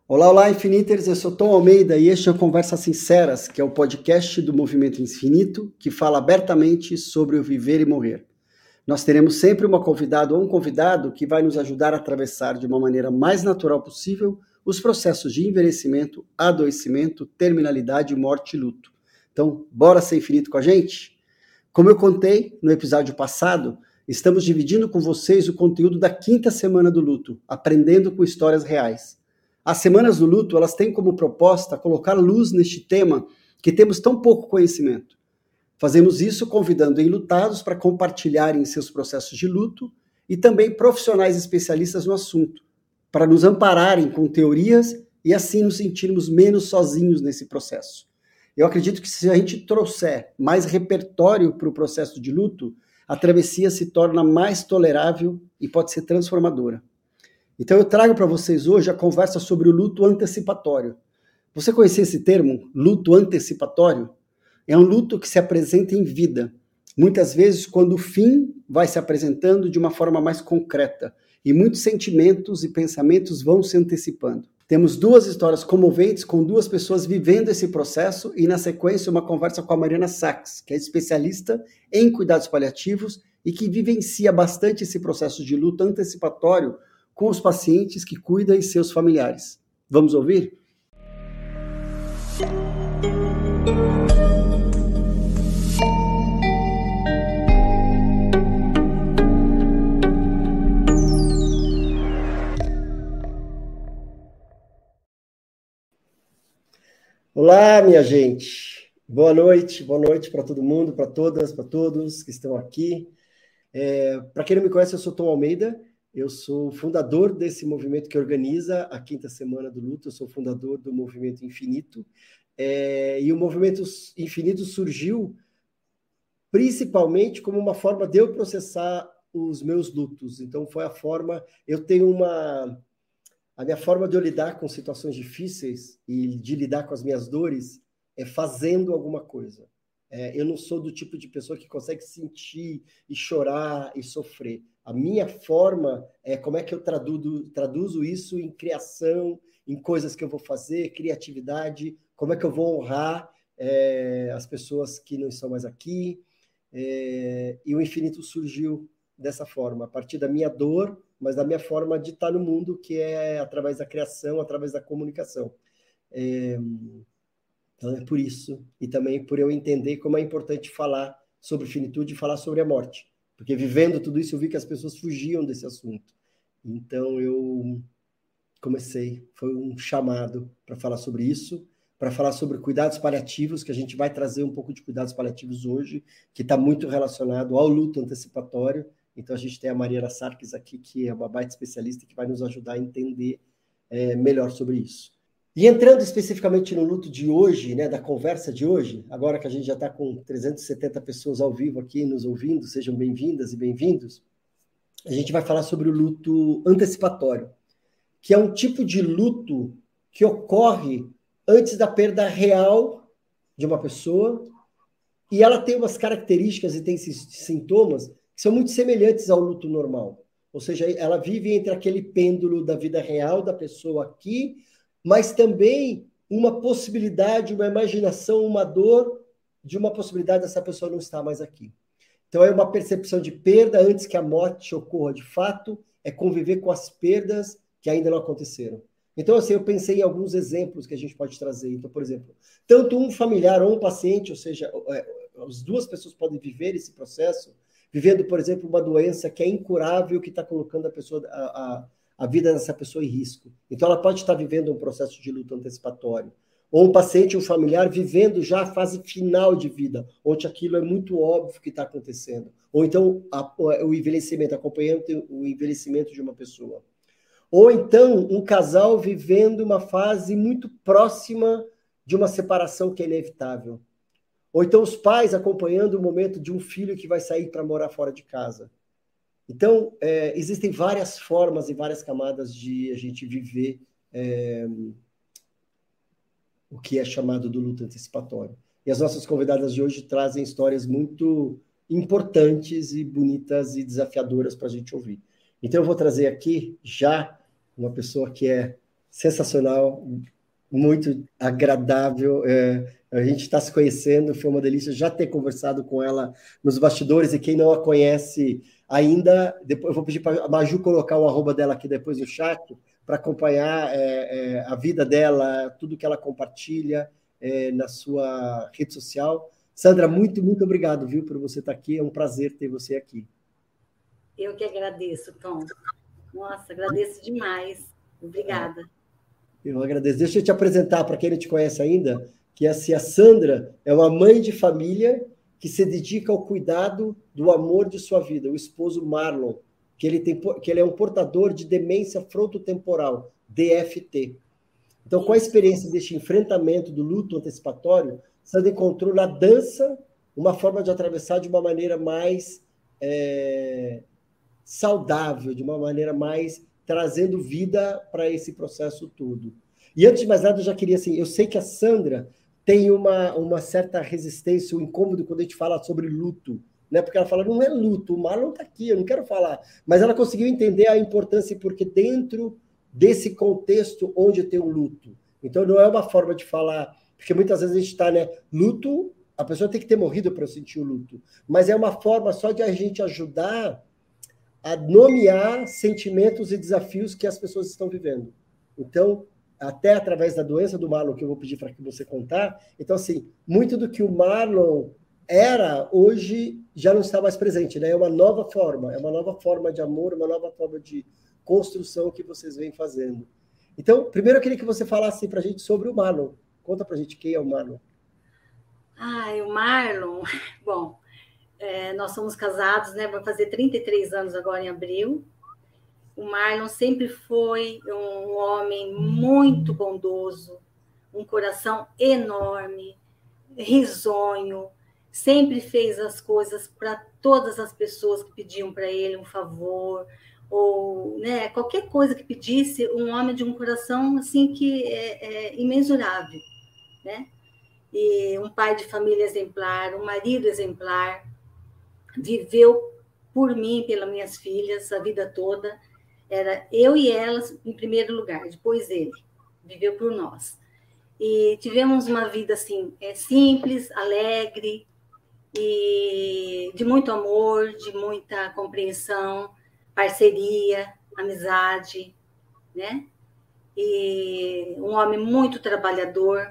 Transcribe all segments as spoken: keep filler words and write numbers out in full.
Olá, olá, Infiniters, eu sou Tom Almeida e este é o Conversas Sinceras, que é o podcast do Movimento Infinito, que fala abertamente sobre o viver e morrer. Nós teremos sempre uma convidada ou um convidado que vai nos ajudar a atravessar de uma maneira mais natural possível os processos de envelhecimento, adoecimento, terminalidade, morte e luto. Então, bora ser infinito com a gente? Como eu contei no episódio passado, estamos dividindo com vocês o conteúdo da quinta semana do luto, aprendendo com histórias reais. As semanas do luto, elas têm como proposta colocar luz neste tema que temos tão pouco conhecimento. Fazemos isso convidando enlutados para compartilharem seus processos de luto e também profissionais especialistas no assunto, para nos ampararem com teorias e assim nos sentirmos menos sozinhos nesse processo. Eu acredito que se a gente trouxer mais repertório para o processo de luto, a travessia se torna mais tolerável e pode ser transformadora. Então eu trago para vocês hoje a conversa sobre o luto antecipatório. Você conhecia esse termo, luto antecipatório? É um luto que se apresenta em vida, muitas vezes quando o fim vai se apresentando de uma forma mais concreta e muitos sentimentos e pensamentos vão se antecipando. Temos duas histórias comoventes com duas pessoas vivendo esse processo e na sequência uma conversa com a Mariana Sachs, que é especialista em cuidados paliativos e que vivencia bastante esse processo de luto antecipatório com os pacientes que cuidam e seus familiares. Vamos ouvir? Olá, minha gente. Boa noite, boa noite para todo mundo, para todas, para todos que estão aqui. É, para quem não me conhece, eu sou Tom Almeida. Eu sou fundador desse movimento que organiza a quinta semana do luto. Eu sou fundador do Movimento Infinito. É, e o Movimento Infinito surgiu principalmente como uma forma de eu processar os meus lutos. Então, foi a forma... Eu tenho uma... A minha forma de eu lidar com situações difíceis e de lidar com as minhas dores é fazendo alguma coisa. É, eu não sou do tipo de pessoa que consegue sentir e chorar e sofrer. A minha forma é como é que eu traduzo, traduzo isso em criação, em coisas que eu vou fazer, criatividade, como é que eu vou honrar é, as pessoas que não estão mais aqui. É, e o infinito surgiu dessa forma, a partir da minha dor, mas da minha forma de estar no mundo, que é através da criação, através da comunicação. É, então é por isso, e também por eu entender como é importante falar sobre finitude e falar sobre a morte. Porque vivendo tudo isso, eu vi que as pessoas fugiam desse assunto. Então eu comecei, foi um chamado para falar sobre isso, para falar sobre cuidados paliativos, que a gente vai trazer um pouco de cuidados paliativos hoje, que está muito relacionado ao luto antecipatório. Então a gente tem a Mariana Sachs aqui, que é uma baita especialista, que vai nos ajudar a entender é, melhor sobre isso. E entrando especificamente no luto de hoje, né, da conversa de hoje, agora que a gente já está com trezentas e setenta pessoas ao vivo aqui nos ouvindo, sejam bem-vindas e bem-vindos, a gente vai falar sobre o luto antecipatório, que é um tipo de luto que ocorre antes da perda real de uma pessoa, e ela tem umas características e tem sintomas que são muito semelhantes ao luto normal. Ou seja, ela vive entre aquele pêndulo da vida real da pessoa aqui, mas também uma possibilidade, uma imaginação, uma dor de uma possibilidade dessa pessoa não estar mais aqui. Então, é uma percepção de perda antes que a morte ocorra de fato, é conviver com as perdas que ainda não aconteceram. Então, assim, eu pensei em alguns exemplos que a gente pode trazer. Então, por exemplo, tanto um familiar ou um paciente, ou seja, as duas pessoas podem viver esse processo, vivendo, por exemplo, uma doença que é incurável, que está colocando a pessoa... A, a, a vida dessa pessoa em risco. Então, ela pode estar vivendo um processo de luto antecipatório. Ou um paciente, um familiar, vivendo já a fase final de vida, onde aquilo é muito óbvio que está acontecendo. Ou então, a, o envelhecimento, acompanhando o envelhecimento de uma pessoa. Ou então, um casal vivendo uma fase muito próxima de uma separação que é inevitável. Ou então, os pais acompanhando o momento de um filho que vai sair para morar fora de casa. Então, é, existem várias formas e várias camadas de a gente viver é, o que é chamado do luto antecipatório. E as nossas convidadas de hoje trazem histórias muito importantes e bonitas e desafiadoras para a gente ouvir. Então, eu vou trazer aqui já uma pessoa que é sensacional, muito agradável. É, a gente está se conhecendo, foi uma delícia já ter conversado com ela nos bastidores, e quem não a conhece ainda, depois eu vou pedir para a Maju colocar o arroba dela aqui depois no chat, para acompanhar é, é, a vida dela, tudo que ela compartilha é, na sua rede social. Sandra, muito, muito obrigado, viu, por você estar aqui, é um prazer ter você aqui. Eu que agradeço, Tom. Nossa, agradeço demais. Obrigada. Eu agradeço. Deixa eu te apresentar para quem não te conhece ainda, que assim, a Sandra é uma mãe de família que se dedica ao cuidado do amor de sua vida, o esposo Marlon, que ele, tem, que ele é um portador de demência frontotemporal, D F T. Então, com a experiência deste enfrentamento do luto antecipatório, Sandra encontrou na dança uma forma de atravessar de uma maneira mais é, saudável, de uma maneira mais trazendo vida para esse processo todo. E antes de mais nada, eu já queria assim, eu sei que a Sandra tem uma, uma certa resistência, um incômodo quando a gente fala sobre luto, né? Porque ela fala, não é luto, o Marlon está aqui, eu não quero falar. Mas ela conseguiu entender a importância, porque dentro desse contexto onde tem um luto. Então, não é uma forma de falar, porque muitas vezes a gente está, né? Luto, a pessoa tem que ter morrido para eu sentir o luto. Mas é uma forma só de a gente ajudar a nomear sentimentos e desafios que as pessoas estão vivendo. Então, até através da doença do Marlon, que eu vou pedir para que você contar, então, assim, muito do que o Marlon era, hoje já não está mais presente, né? É uma nova forma, é uma nova forma de amor, uma nova forma de construção que vocês vêm fazendo. Então, primeiro eu queria que você falasse para a gente sobre o Marlon. Conta para a gente quem é o Marlon. Ah, o Marlon, bom, é, nós somos casados, né? Vai fazer trinta e três anos agora em abril. O Marlon sempre foi um homem muito bondoso, um coração enorme, risonho, sempre fez as coisas para todas as pessoas que pediam para ele um favor, ou né, qualquer coisa que pedisse, um homem de um coração assim que é, é imensurável, né? E um pai de família exemplar, um marido exemplar, viveu por mim, pelas minhas filhas, a vida toda. Era eu e elas em primeiro lugar, depois ele. Viveu por nós. E tivemos uma vida assim, é, simples, alegre, e de muito amor, de muita compreensão, parceria, amizade, né? E um homem muito trabalhador,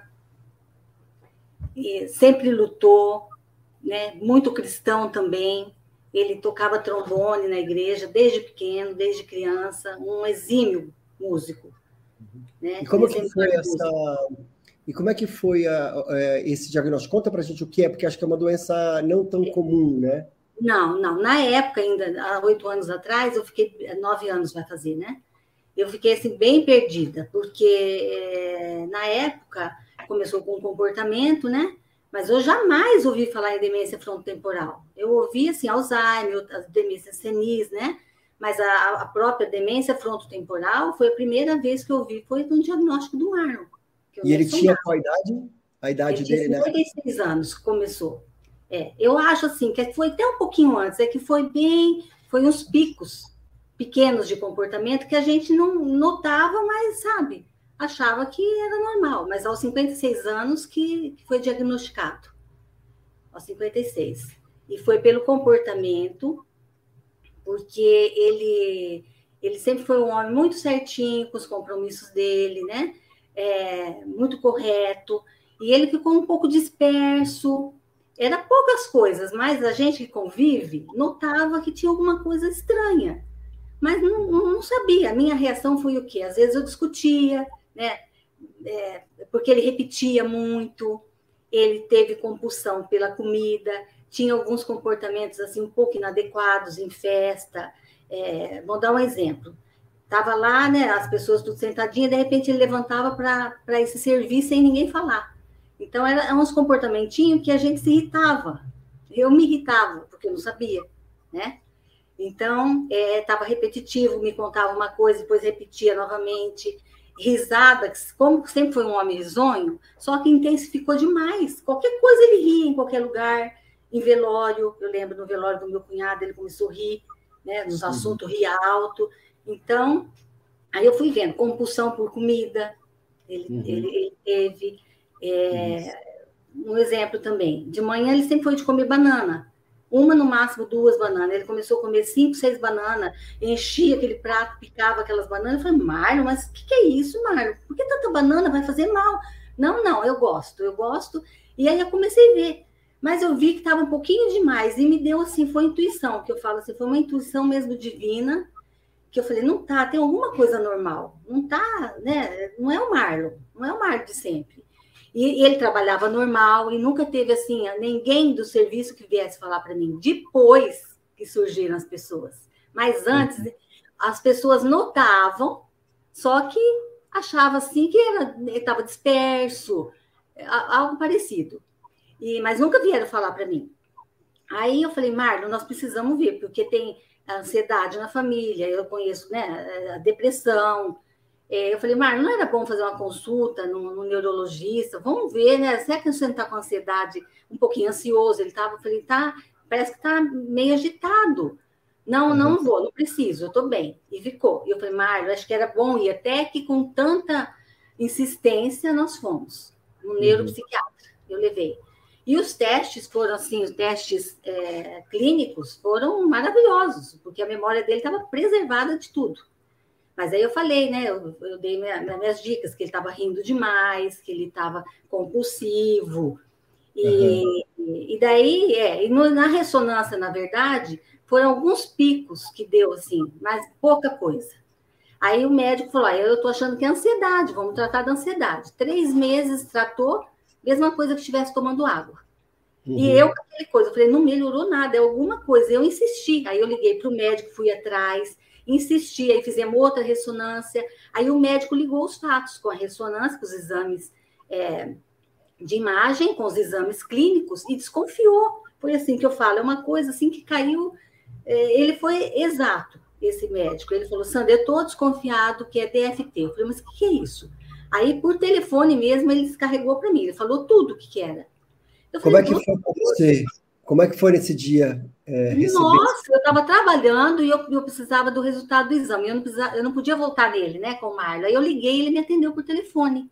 e sempre lutou, né? Muito cristão também. Ele tocava trombone na igreja desde pequeno, desde criança, um exímio músico. Né? E como que foi essa... E como é que foi a, a, esse diagnóstico? Conta pra gente o que é, porque acho que é uma doença não tão comum, né? Não, não. Na época, ainda, há oito anos atrás, eu fiquei, nove anos vai fazer, né? Eu fiquei, assim, bem perdida, porque na época começou com o comportamento, né? Mas eu jamais ouvi falar em demência frontotemporal. Eu ouvi, assim, Alzheimer, as demências senis, né? Mas a, a própria demência frontotemporal foi a primeira vez que eu ouvi, foi no diagnóstico do Marlon. E ele tinha qual idade? A idade ele dele, tinha cinquenta e seis, né? anos que começou. É, eu acho, assim, que foi até um pouquinho antes, é que foi bem... Foi uns picos pequenos de comportamento que a gente não notava, mas, sabe... achava que era normal, mas aos cinquenta e seis anos que foi diagnosticado, aos cinquenta e seis. E foi pelo comportamento, porque ele, ele sempre foi um homem muito certinho com os compromissos dele, né? É, muito correto, e ele ficou um pouco disperso, era poucas coisas, mas a gente que convive notava que tinha alguma coisa estranha, mas não, não sabia. A minha reação foi o quê? Às vezes eu discutia, né? É, porque ele repetia muito, ele teve compulsão pela comida, tinha alguns comportamentos assim um pouco inadequados em festa. É, vou dar um exemplo. Estava lá, né, as pessoas tudo sentadinhas, de repente ele levantava para ir se servir sem ninguém falar. Então, eram uns comportamentinhos que a gente se irritava. Eu me irritava, porque eu não sabia, né? Então, estava é, repetitivo, me contava uma coisa, depois repetia novamente. Risada, como sempre foi um homem risonho, só que intensificou demais. Qualquer coisa ele ria em qualquer lugar, em velório. Eu lembro no velório do meu cunhado, ele começou a rir, né, nos assuntos, ria alto. Então, Aí eu fui vendo, compulsão por comida, ele, uhum. ele, ele teve. É, um exemplo também, de manhã ele sempre foi de comer banana. Uma, no máximo, duas bananas. Ele começou a comer cinco, seis bananas, enchia aquele prato, picava aquelas bananas. Eu falei, Marlon, mas o que, que é isso, Marlon? Por que tanta banana? Vai fazer mal. Não, não, eu gosto, eu gosto. E aí eu comecei a ver. Mas eu vi que estava um pouquinho demais. E me deu, assim, foi intuição, que eu falo assim, foi uma intuição mesmo divina, que eu falei, não tá, tem alguma coisa normal. Não tá, né? Não é o Marlon, não é o Marlon de sempre. E ele trabalhava normal e nunca teve, assim, ninguém do serviço que viesse falar para mim. Depois que surgiram as pessoas. Mas antes, uhum. as pessoas notavam, só que achavam, assim, que era, ele estava disperso, algo parecido. E, mas nunca vieram falar para mim. Aí eu falei, Marlon, nós precisamos ver, porque tem ansiedade na família, eu conheço, né, a depressão. Eu falei, Marlon, não era bom fazer uma consulta no, no neurologista? Vamos ver, né? Será que você não está com ansiedade, um pouquinho ansioso? Ele estava, eu falei, tá, parece que está meio agitado. Não, uhum. não vou, não preciso, eu estou bem. E ficou. E eu falei, Marlon, acho que era bom ir, até que com tanta insistência nós fomos no neuropsiquiatra. Uhum. Eu levei. E os testes foram, assim, os testes é, clínicos foram maravilhosos, porque a memória dele estava preservada de tudo. Mas aí eu falei, né? Eu, eu dei minha, minhas dicas, que ele estava rindo demais, que ele estava compulsivo. E, uhum. e daí, é, e no, na ressonância, na verdade, foram alguns picos que deu, assim, mas pouca coisa. Aí o médico falou, ah, eu estou achando que é ansiedade, vamos tratar da ansiedade. Três meses tratou, mesma coisa que estivesse tomando água. Uhum. E eu, aquela coisa, eu falei, não melhorou nada, é alguma coisa. Eu insisti, aí eu liguei para o médico, fui atrás, insisti, aí fizemos outra ressonância, aí o médico ligou os fatos com a ressonância, com os exames é, de imagem, com os exames clínicos, e desconfiou. Foi assim que eu falo, é uma coisa assim que caiu, é, ele foi exato, esse médico. Ele falou, Sandra, eu estou desconfiado que é D F T. Eu falei, mas o que, que é isso? Aí, por telefone mesmo, ele descarregou para mim, ele falou tudo o que, que era. Eu Como falei, é que foi para você? Como é que foi nesse dia? É, Nossa, eu estava trabalhando e eu, eu precisava do resultado do exame. Eu não, precisava, eu não podia voltar nele, né, com o Marlon. Aí eu liguei e ele me atendeu por telefone.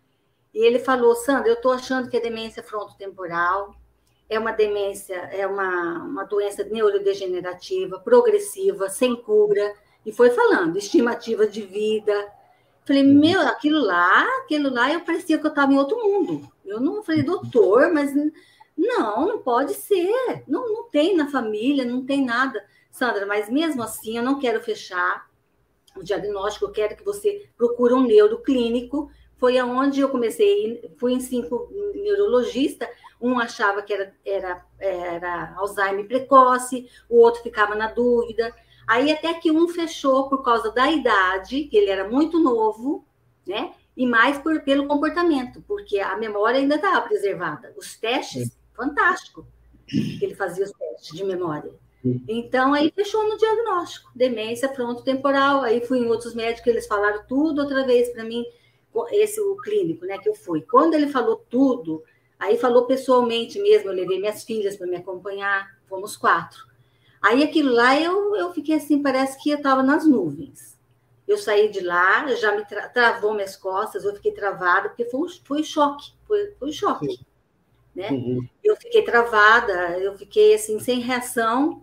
E ele falou, Sandra, eu estou achando que é demência frontotemporal, é uma demência, é uma, uma doença neurodegenerativa, progressiva, sem cura. E foi falando, estimativa de vida. Falei, meu, aquilo lá, aquilo lá, eu parecia que eu estava em outro mundo. Eu não falei, doutor, mas... Não, não pode ser. Não, não tem na família, não tem nada. Sandra, mas mesmo assim, eu não quero fechar o diagnóstico, eu quero que você procure um neuroclínico. Foi aonde eu comecei, fui em cinco neurologistas, um achava que era, era, era Alzheimer precoce, o outro ficava na dúvida. Aí até que um fechou por causa da idade, que ele era muito novo, né? E mais por, pelo comportamento, porque a memória ainda estava preservada. Os testes... fantástico, que ele fazia os testes de memória. Então, aí fechou no diagnóstico, demência frontotemporal. Aí fui em outros médicos, eles falaram tudo outra vez para mim, esse o clínico, né, que eu fui. Quando ele falou tudo, aí falou pessoalmente mesmo, eu levei minhas filhas para me acompanhar, fomos quatro. Aí aquilo lá, eu, eu fiquei assim, parece que eu estava nas nuvens. Eu saí de lá, já me tra travou minhas costas, eu fiquei travada, porque foi um, foi um choque, foi, foi um choque. Sim. Né? Uhum. Eu fiquei travada, eu fiquei assim, sem reação,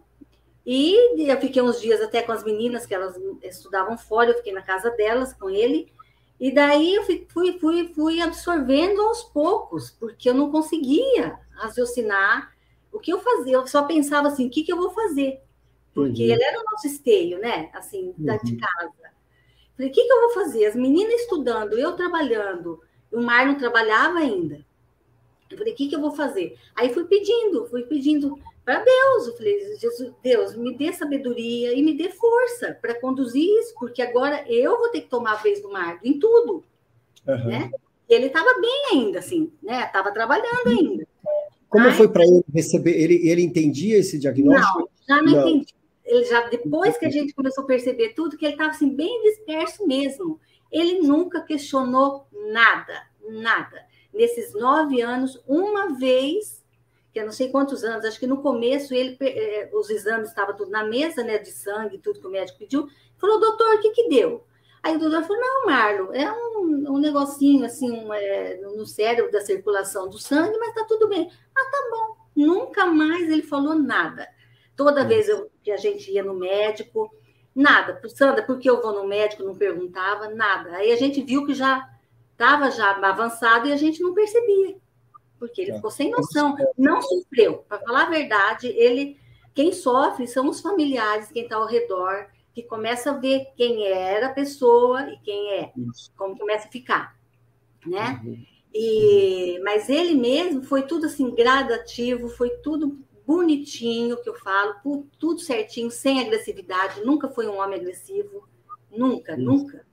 e eu fiquei uns dias até com as meninas, que elas estudavam fora, eu fiquei na casa delas com ele, e daí eu fui, fui, fui absorvendo aos poucos, porque eu não conseguia raciocinar o que eu fazia, eu só pensava assim, o que, que eu vou fazer? Porque uhum. ele era o nosso esteio, né? Assim, uhum. de casa. Falei, o que, que eu vou fazer? As meninas estudando, eu trabalhando, o Mar não trabalhava ainda. Eu falei, o que, que eu vou fazer? Aí fui pedindo, fui pedindo para Deus. Eu falei, Jesus, Deus, me dê sabedoria e me dê força para conduzir isso, porque agora eu vou ter que tomar a vez do Marco em tudo. Uhum. Né? E ele estava bem ainda, assim, né? Estava trabalhando ainda. Como Aí, foi para ele receber? Ele, ele entendia esse diagnóstico? Não, já não, não. entendi. Ele já, depois que a gente começou a perceber tudo, que ele estava assim, bem disperso mesmo. Ele nunca questionou nada, nada. Nesses nove anos, uma vez, que eu não sei quantos anos, acho que no começo ele, os exames estavam tudo na mesa, né, de sangue, tudo que o médico pediu, falou, doutor, o que que deu? Aí o doutor falou, não, Marlon, é um, um negocinho assim, um, é, no cérebro da circulação do sangue, mas tá tudo bem. Ah, tá bom. Nunca mais ele falou nada. Toda Isso. vez eu, que a gente ia no médico, nada. Sandra, por que eu vou no médico? Não perguntava, nada. Aí a gente viu que já estava já avançado e a gente não percebia, porque ele é. ficou sem noção, não sofreu. Para falar a verdade, ele, quem sofre são os familiares, quem está ao redor, que começa a ver quem era a pessoa e quem é, Isso. como começa a ficar, né? Uhum. E, mas ele mesmo foi tudo assim, gradativo, foi tudo bonitinho, que eu falo, tudo certinho, sem agressividade, nunca foi um homem agressivo, nunca, Isso. nunca.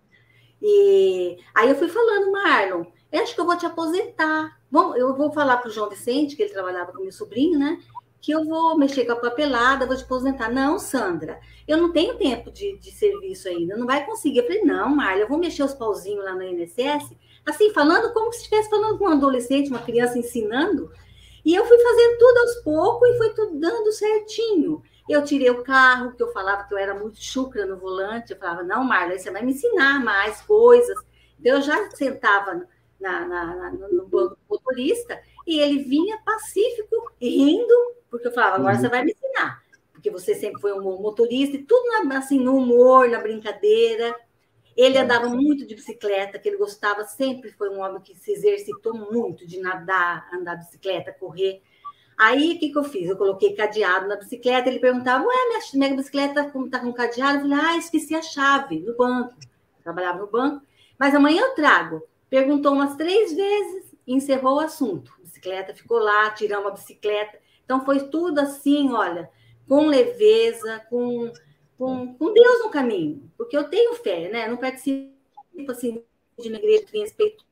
E aí eu fui falando, Marlon, eu acho que eu vou te aposentar. Bom, eu vou falar para o João Vicente, que ele trabalhava com meu sobrinho, né? Que eu vou mexer com a papelada, vou te aposentar. Não, Sandra, eu não tenho tempo de, de serviço ainda, não vai conseguir. Eu falei, não, Marlon, eu vou mexer os pauzinhos lá no I N S S, assim, falando como se estivesse falando com um adolescente, uma criança ensinando. E eu fui fazendo tudo aos poucos e foi tudo dando certinho. Eu tirei o carro, que eu falava que eu era muito chucra no volante. Eu falava, não, Marlon, você vai me ensinar mais coisas. Então, eu já sentava na, na, na, no banco do motorista e ele vinha pacífico, rindo, porque eu falava, agora uhum. você vai me ensinar. Porque você sempre foi um motorista e tudo assim, no humor, na brincadeira. Ele andava muito de bicicleta, que ele gostava, sempre foi um homem que se exercitou muito de nadar, andar de bicicleta, correr. Aí, o que, que eu fiz? Eu coloquei cadeado na bicicleta, ele perguntava, ué, minha, minha bicicleta está com cadeado? Eu falei, ah, esqueci a chave no banco. Eu trabalhava no banco, mas amanhã eu trago. Perguntou umas três vezes e encerrou o assunto. A bicicleta ficou lá, tiramos a bicicleta. Então, foi tudo assim, olha, com leveza, com, com, com Deus no caminho. Porque eu tenho fé, né? Eu não participo assim, de uma igreja que respeito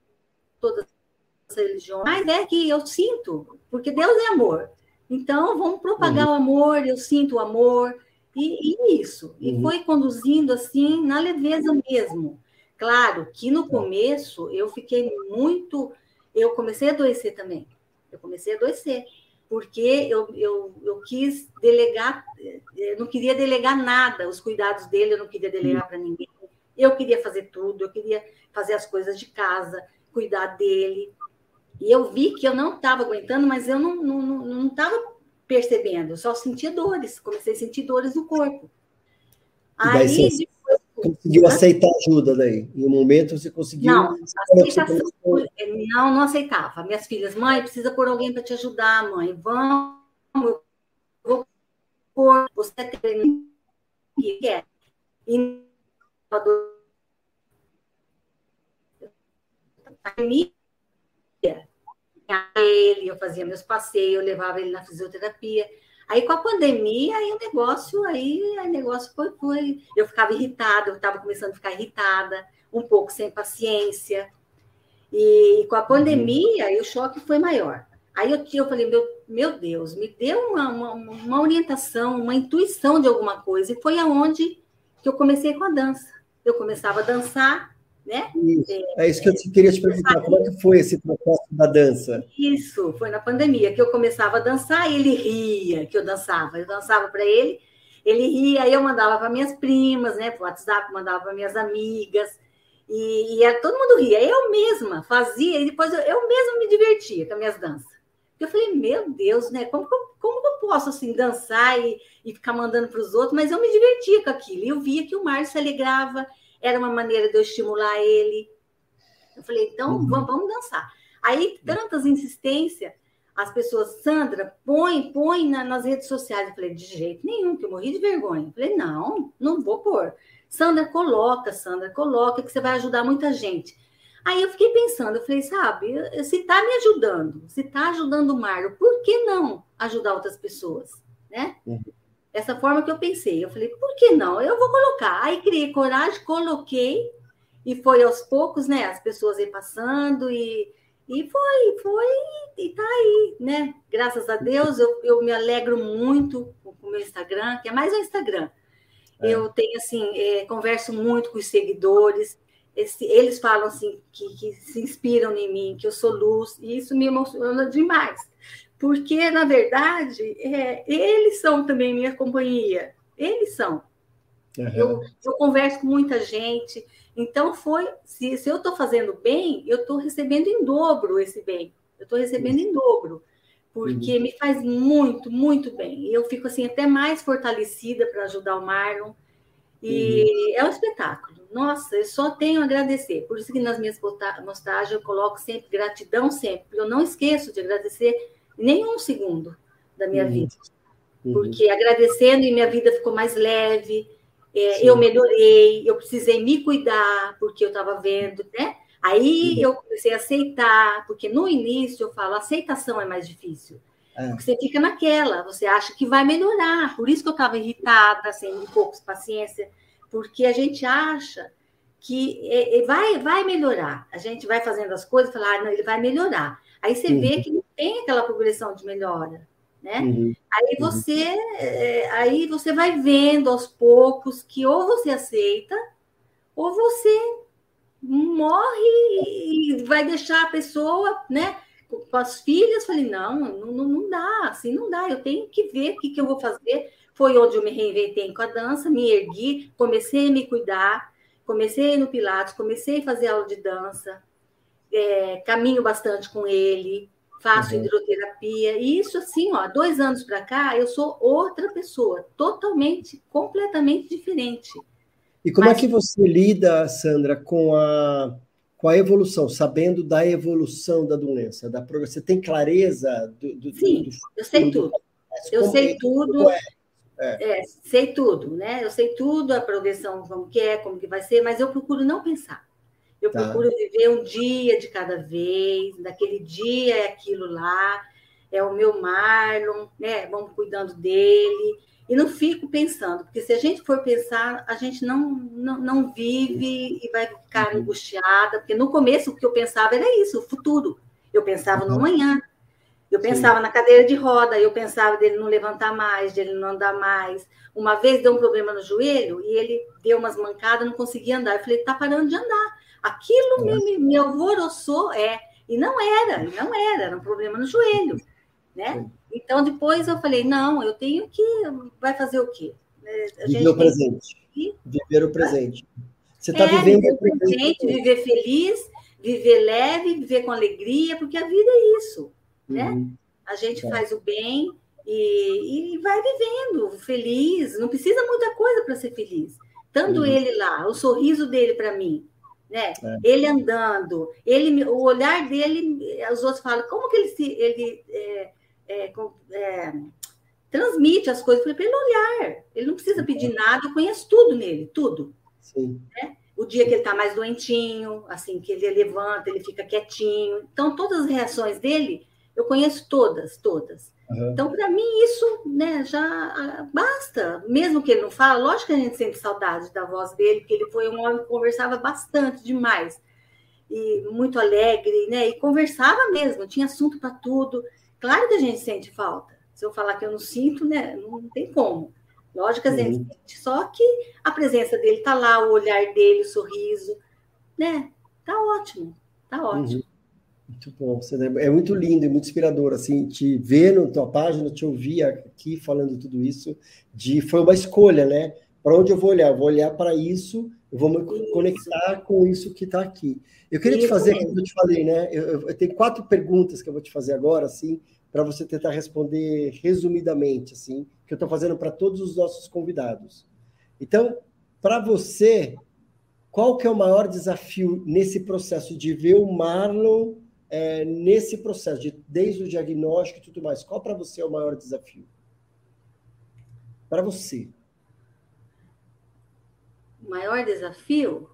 todas as religiões, mas é que eu sinto, porque Deus é amor. Então, vamos propagar uhum. o amor, eu sinto o amor, e, e isso. E uhum. foi conduzindo assim, na leveza mesmo. Claro que no começo eu fiquei muito... Eu comecei a adoecer também. Eu comecei a adoecer. Porque eu, eu, eu quis delegar... Eu não queria delegar nada. Os cuidados dele eu não queria delegar para ninguém. Eu queria fazer tudo. Eu queria fazer as coisas de casa, cuidar dele. E eu vi que eu não estava aguentando, mas eu não estava não, não, não percebendo. Eu só sentia dores. Comecei a sentir dores no corpo. Aí... Você... Conseguiu aceitar ajuda daí? Em um momento você conseguiu... Não, aceitação, não, não aceitava. Minhas filhas, mãe, precisa pôr alguém para te ajudar, mãe. Vamos, eu vou pôr, você tem que é. Ele, eu fazia meus passeios, eu levava ele na fisioterapia. Aí, com a pandemia, aí o negócio, aí o negócio foi, foi... Eu ficava irritada, eu estava começando a ficar irritada, um pouco sem paciência. E com a pandemia, aí o choque foi maior. Aí eu, eu falei, meu, meu Deus, me deu uma, uma, uma orientação, uma intuição de alguma coisa. E foi aonde que eu comecei com a dança. Eu começava a dançar, né? Isso. É, é isso que eu queria te perguntar, como é que foi esse processo da dança? Isso, foi na pandemia, que eu começava a dançar e ele ria que eu dançava. Eu dançava para ele, ele ria, aí eu mandava para minhas primas, né? Para o WhatsApp, mandava para minhas amigas, e, e era, todo mundo ria. Eu mesma fazia, e depois eu, eu mesma me divertia com as minhas danças. Eu falei, meu Deus, né? Como que eu, como que eu posso assim, dançar e, e ficar mandando para os outros? Mas eu me divertia com aquilo, e eu via que o Márcio se alegrava. Era uma maneira de eu estimular ele. Eu falei, então, uhum. vamos, vamos dançar. Aí, tantas insistências, as pessoas, Sandra, põe, põe na, nas redes sociais. Eu falei, de jeito nenhum, que eu morri de vergonha. Eu falei, não, não vou pôr. Sandra, coloca, Sandra, coloca, que você vai ajudar muita gente. Aí eu fiquei pensando, eu falei, sabe, se está me ajudando, se está ajudando o Marlon, por que não ajudar outras pessoas, né? Uhum. Essa forma que eu pensei. Eu falei, por que não? Eu vou colocar. Aí criei coragem, coloquei, e foi aos poucos, né? As pessoas aí passando, e, e foi, foi, e tá aí, né? Graças a Deus, eu, eu me alegro muito com o meu Instagram, que é mais um Instagram. É. Eu tenho, assim, é, converso muito com os seguidores, esse, eles falam, assim, que, que se inspiram em mim, que eu sou luz, e isso me emociona demais. Porque, na verdade, é, eles são também minha companhia. Eles são. Uhum. Eu, eu converso com muita gente. Então, foi, se, se eu estou fazendo bem, eu estou recebendo em dobro esse bem. Eu estou recebendo em dobro, porque Uhum. me faz muito, muito bem. Eu fico assim até mais fortalecida para ajudar o Marlon. E Uhum. é um espetáculo. Nossa, eu só tenho a agradecer. Por isso que nas minhas postagens eu coloco sempre gratidão, sempre. Eu não esqueço de agradecer nenhum segundo da minha Uhum. vida. Uhum. Porque agradecendo e minha vida ficou mais leve, é, eu Sim. melhorei, eu precisei me cuidar, porque eu estava vendo, né? Aí Uhum. eu comecei a aceitar, porque no início eu falo, a aceitação é mais difícil. É. Porque você fica naquela, você acha que vai melhorar. Por isso que eu estava irritada, sem um pouco de paciência, porque a gente acha que é, é, vai, vai melhorar. A gente vai fazendo as coisas e fala, ah, não, ele vai melhorar. Aí você Uhum. vê que não tem aquela progressão de melhora, né? Uhum. Aí Uhum. você, é, aí você vai vendo aos poucos que ou você aceita, ou você morre e vai deixar a pessoa, né? Com as filhas, falei, não, não, não dá, assim não dá, eu tenho que ver o que, que eu vou fazer. Foi onde eu me reinventei com a dança, me ergui, comecei a me cuidar, comecei no Pilates, comecei a fazer aula de dança, é, caminho bastante com ele, faço Uhum. hidroterapia, e isso assim, ó, dois anos para cá, eu sou outra pessoa, totalmente, completamente diferente. E como é Mas que você lida, Sandra, com a, com a evolução, sabendo da evolução da doença? Da, prog- você tem clareza do, do, do, do sim, eu sei futuro, do tudo. processo? Eu Como, sei como tudo, é? É, é, sei tudo, né? Eu sei tudo, a progressão, como que é, como que vai ser, mas eu procuro não pensar. Eu tá. procuro viver um dia de cada vez, daquele dia é aquilo lá, é o meu Marlon, né? Vamos cuidando dele. E não fico pensando, porque se a gente for pensar, a gente não, não, não vive e vai ficar Uhum. angustiada, porque no começo o que eu pensava era isso, o futuro. Eu pensava no Uhum. amanhã, eu Sim. pensava na cadeira de roda, eu pensava dele não levantar mais, dele não andar mais. Uma vez deu um problema no joelho e ele deu umas mancadas, não conseguia andar. Eu falei, tá parando de andar. Aquilo me, me, me alvoroçou, é. E não era, e não era, era um problema no joelho, né? Sim. Então depois eu falei, não, eu tenho que. Vai fazer o quê? A Viver o gente tem presente. que. Viver o presente. Você está É, vivendo viver o o presente presente, hoje. viver feliz, viver leve, viver com alegria, porque a vida é isso, né? Uhum. A gente Tá. faz o bem e, e vai vivendo feliz, não precisa muita coisa para ser feliz. Tanto Uhum. ele lá, o sorriso dele para mim, né? É. Ele andando, ele, o olhar dele, os outros falam, como que ele se ele é, é, é, transmite as coisas? Eu falei, pelo olhar, ele não precisa pedir nada, eu conheço tudo nele, tudo. Sim. Né? O dia que ele está mais doentinho, assim, que ele levanta, ele fica quietinho. Então, todas as reações dele, eu conheço todas, todas. Uhum. Então, para mim, isso né, já basta. Mesmo que ele não fala, lógico que a gente sente saudade da voz dele, porque ele foi um homem que conversava bastante demais. E muito alegre, né? E conversava mesmo, tinha assunto para tudo. Claro que a gente sente falta. Se eu falar que eu não sinto, né? Não tem como. Lógico que a gente Uhum. sente, só que a presença dele está lá, o olhar dele, o sorriso, né? Tá ótimo, tá Uhum. ótimo. Muito bom. Você- É muito lindo e muito inspirador, assim, te ver na tua página, te ouvir aqui falando tudo isso, de, foi uma escolha, né? Para onde eu vou olhar? Eu vou olhar para isso, eu vou me Isso, conectar com isso que está aqui. Eu queria te isso fazer, como mesmo. eu te falei, né? Eu, eu- eu tenho quatro perguntas que eu vou te fazer agora, assim, para você tentar responder resumidamente, assim, que eu estou fazendo para todos os nossos convidados. Então, para você, qual que é o maior desafio nesse processo de ver o Marlon é, nesse processo, de, desde o diagnóstico e tudo mais? Qual para você é o maior desafio? Para você. O maior desafio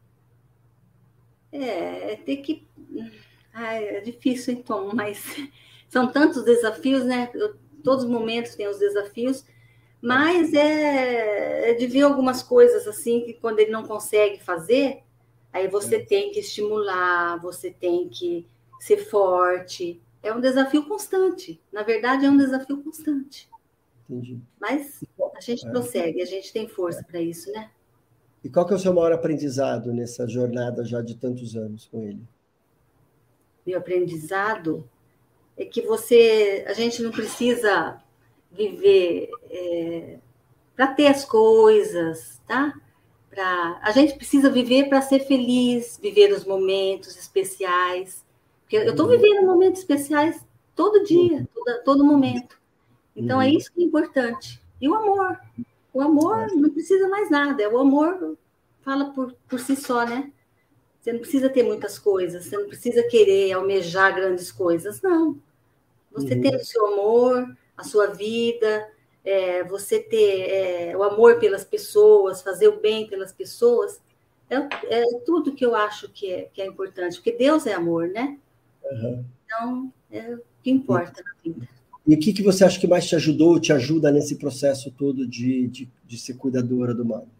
é, é ter que. Ai, é difícil, então, mas são tantos desafios, né? Eu, todos os momentos tem os desafios, É. mas é, é de ver algumas coisas assim que quando ele não consegue fazer, aí você É. tem que estimular, você tem que ser forte. É um desafio constante. Na verdade, é um desafio constante. Entendi. Mas E qual, a gente é. prossegue, a gente tem força para isso, né? E qual que é o seu maior aprendizado nessa jornada já de tantos anos com ele? Meu aprendizado é que você, a gente não precisa viver é, para ter as coisas, tá? Pra, a gente precisa viver para ser feliz, viver os momentos especiais. Porque eu estou vivendo momentos especiais todo dia, todo, todo momento. Então, é isso que é importante. E o amor. O amor não precisa mais nada. O amor fala por, por si só, né? Você não precisa ter muitas coisas, você não precisa querer almejar grandes coisas, não. Você ter o seu amor, a sua vida, é, você ter é, o amor pelas pessoas, fazer o bem pelas pessoas, é, é tudo que eu acho que é, que é importante, porque Deus é amor, né? Uhum. Então, é o que importa na vida. E o que, que você acha que mais te ajudou, te ajuda nesse processo todo de, de, de ser cuidadora do Mano?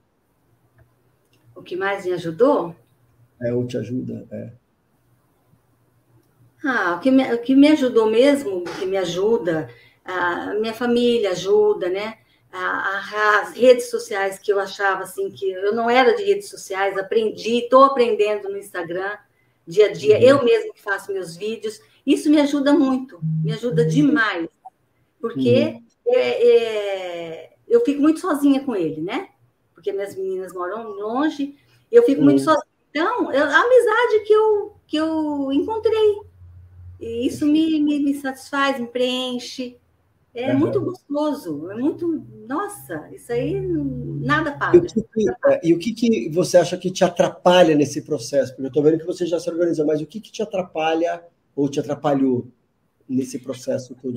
O que mais me ajudou? É, ou te ajuda? É. Ah, o que me, o que me ajudou mesmo, o que me ajuda, a minha família ajuda, né? A, a, as redes sociais que eu achava assim, que eu não era de redes sociais, aprendi, estou aprendendo no Instagram, dia a dia, uhum. Eu mesmo que faço meus vídeos, isso me ajuda muito, me ajuda demais, porque uhum. é, é, eu fico muito sozinha com ele, né? Porque minhas meninas moram longe, eu fico uhum. muito sozinha. Então, eu, a amizade que eu, que eu encontrei, e isso me, me, me satisfaz, me preenche. É uhum. muito gostoso, é muito... Nossa, isso aí nada paga. E o, que, que, é, e o que, que você acha que te atrapalha nesse processo? Porque eu estou vendo que você já se organizou, mas o que, que te atrapalha ou te atrapalhou nesse processo todo?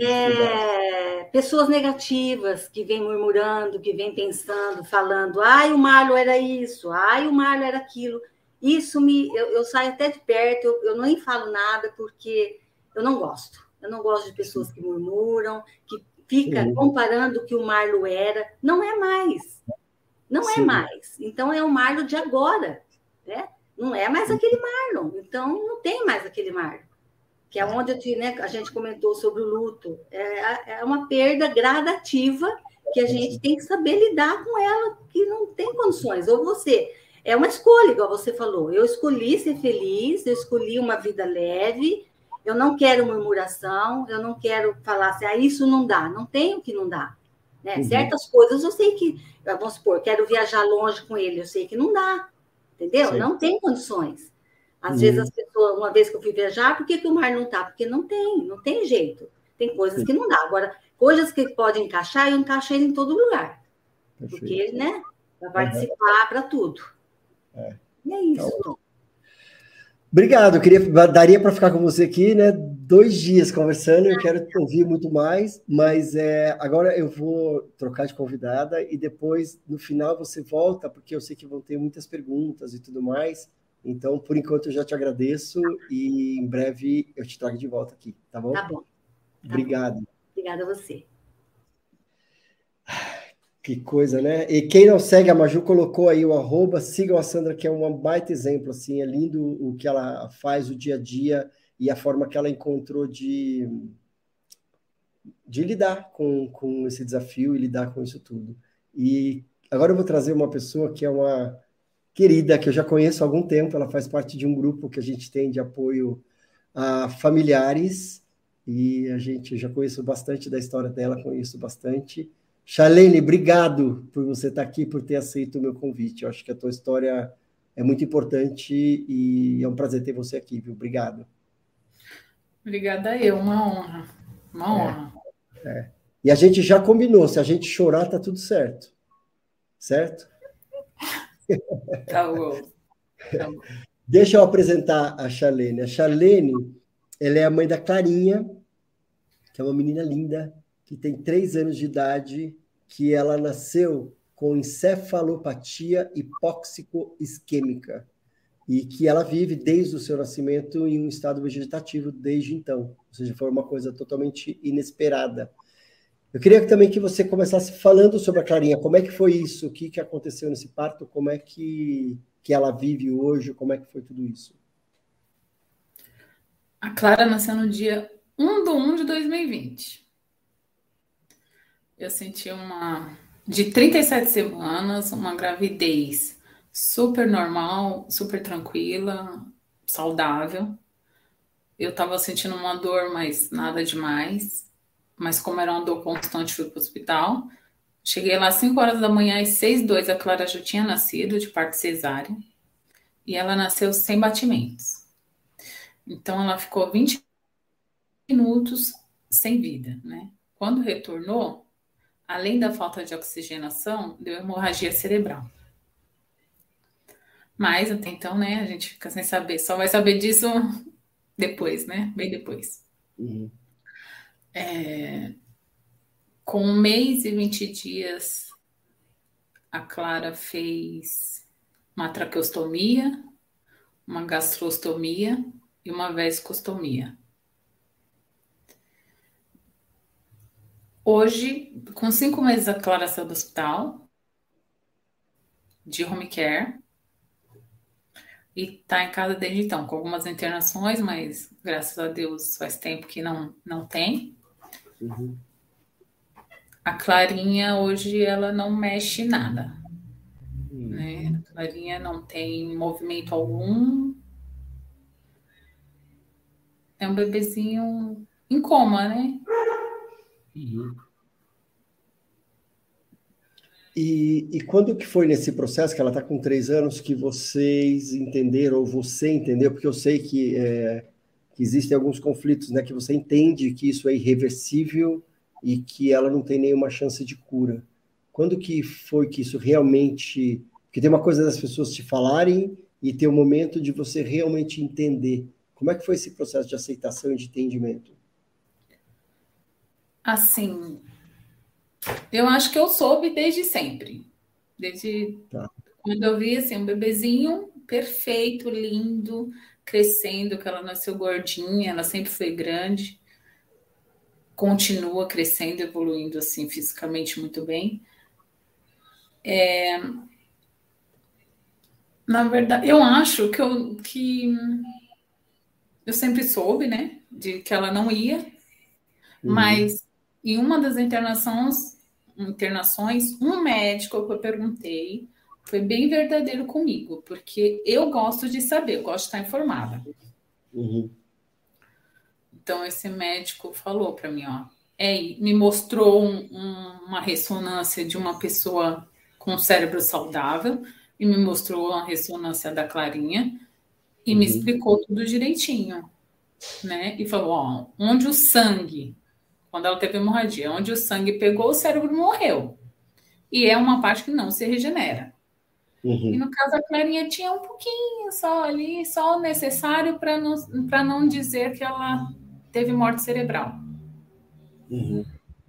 É, pessoas negativas que vêm murmurando, que vêm pensando, falando, ai, o Marlon era isso, ai, o Marlon era aquilo. Isso me... Eu, eu saio até de perto, eu, eu nem falo nada, porque eu não gosto. Eu não gosto de pessoas que murmuram, que fica Sim. comparando o que o Marlon era. Não é mais. Não Sim. é mais. Então, é o Marlon de agora. Né? Não é mais aquele Marlon. Então, não tem mais aquele Marlon. Que é onde eu te, né, a gente comentou sobre o luto. É, é uma perda gradativa que a gente tem que saber lidar com ela, que não tem condições. Ou você... É uma escolha, igual você falou. Eu escolhi ser feliz, eu escolhi uma vida leve, eu não quero murmuração, eu não quero falar assim, ah, isso não dá. Não tem o que não dá. Né? Uhum. Certas coisas eu sei que, vamos supor, quero viajar longe com ele, eu sei que não dá. Entendeu? Sim. Não tem condições. Às uhum. vezes as pessoas, uma vez que eu fui viajar, por que, que o mar não tá? Porque não tem, não tem jeito. Tem coisas Sim. que não dá. Agora, coisas que podem encaixar, eu encaixo ele em todo lugar. Perfeito. Porque, né? Para participar, uhum. para tudo. É. E é isso. Então, obrigado. Eu queria, daria para ficar com você aqui, né? Dois dias conversando. Eu quero te ouvir muito mais, mas é, agora eu vou trocar de convidada e depois, no final, você volta, porque eu sei que vão ter muitas perguntas e tudo mais. Então, por enquanto, eu já te agradeço e em breve eu te trago de volta aqui, tá bom? Tá bom. Tá Obrigado. Bom. Obrigada a você. Que coisa, né? E quem não segue, a Maju colocou aí o arroba, sigam a Sandra, que é um baita exemplo, assim, é lindo o que ela faz, o dia a dia e a forma que ela encontrou de, de lidar com, com esse desafio e lidar com isso tudo. E agora eu vou trazer uma pessoa que é uma querida, que eu já conheço há algum tempo, ela faz parte de um grupo que a gente tem de apoio a familiares, e a gente, eu já conheço bastante da história dela, conheço bastante. Charlene, obrigado por você estar aqui, por ter aceito o meu convite. Eu acho que a tua história é muito importante e é um prazer ter você aqui, viu? Obrigado. Obrigada eu, uma honra. Uma honra. É, é. E a gente já combinou, se a gente chorar, tá tudo certo. Certo? Tá bom. Tá bom. Deixa eu apresentar a Charlene. A Charlene, ela é a mãe da Clarinha, que é uma menina linda, que tem três anos de idade, que ela nasceu com encefalopatia hipóxico-isquêmica e que ela vive desde o seu nascimento em um estado vegetativo desde então. Ou seja, foi uma coisa totalmente inesperada. Eu queria também que você começasse falando sobre a Clarinha. Como é que foi isso? O que, que aconteceu nesse parto? Como é que, que ela vive hoje? Como é que foi tudo isso? A Clara nasceu no dia um de um de dois mil e vinte. Eu senti uma... De trinta e sete semanas, uma gravidez super normal, super tranquila, saudável. Eu estava sentindo uma dor, mas nada demais. Mas como era uma dor constante, fui para o hospital. Cheguei lá às cinco horas da manhã, às seis e dois, a Clara já tinha nascido de parto cesárea. E ela nasceu sem batimentos. Então, ela ficou vinte minutos sem vida, né? Quando retornou, além da falta de oxigenação, deu hemorragia cerebral. Mas, até então, né, a gente fica sem saber. Só vai saber disso depois, né? Bem depois. Uhum. É, com um mês e vinte dias, a Clara fez uma traqueostomia, uma gastrostomia e uma vesicostomia. Hoje, com cinco meses, a Clara saiu do hospital, de home care, e está em casa desde então, com algumas internações, mas graças a Deus faz tempo que não, não tem. Uhum. A Clarinha, hoje, ela não mexe nada. Uhum. Né? A Clarinha não tem movimento algum. É um bebezinho em coma, né? Uhum. E, e quando que foi nesse processo, que ela está com três anos, que vocês entenderam, ou você entendeu, porque eu sei que, é, que existem alguns conflitos, né, que você entende que isso é irreversível e que ela não tem nenhuma chance de cura. Quando que foi que isso realmente... Porque tem uma coisa das pessoas te falarem e tem um momento de você realmente entender. Como é que foi esse processo de aceitação e de entendimento? Assim, eu acho que eu soube desde sempre. Desde Tá. quando eu vi assim, um bebezinho perfeito, lindo, crescendo, que ela nasceu gordinha, ela sempre foi grande, continua crescendo, evoluindo assim fisicamente muito bem. É, na verdade, eu acho que eu, que eu sempre soube, né, de que ela não ia, uhum. Mas em uma das internações, internações, um médico que eu perguntei foi bem verdadeiro comigo, porque eu gosto de saber, eu gosto de estar informada. Uhum. Então, esse médico falou para mim, ó, é, me mostrou um, um, uma ressonância de uma pessoa com cérebro saudável e me mostrou a ressonância da Clarinha e uhum. me explicou tudo direitinho, né? E falou, ó, onde o sangue, quando ela teve hemorragia, onde o sangue pegou, o cérebro morreu. E é uma parte que não se regenera. Uhum. E no caso, a Clarinha tinha um pouquinho só ali, só o necessário para não, para não dizer que ela teve morte cerebral. Uhum.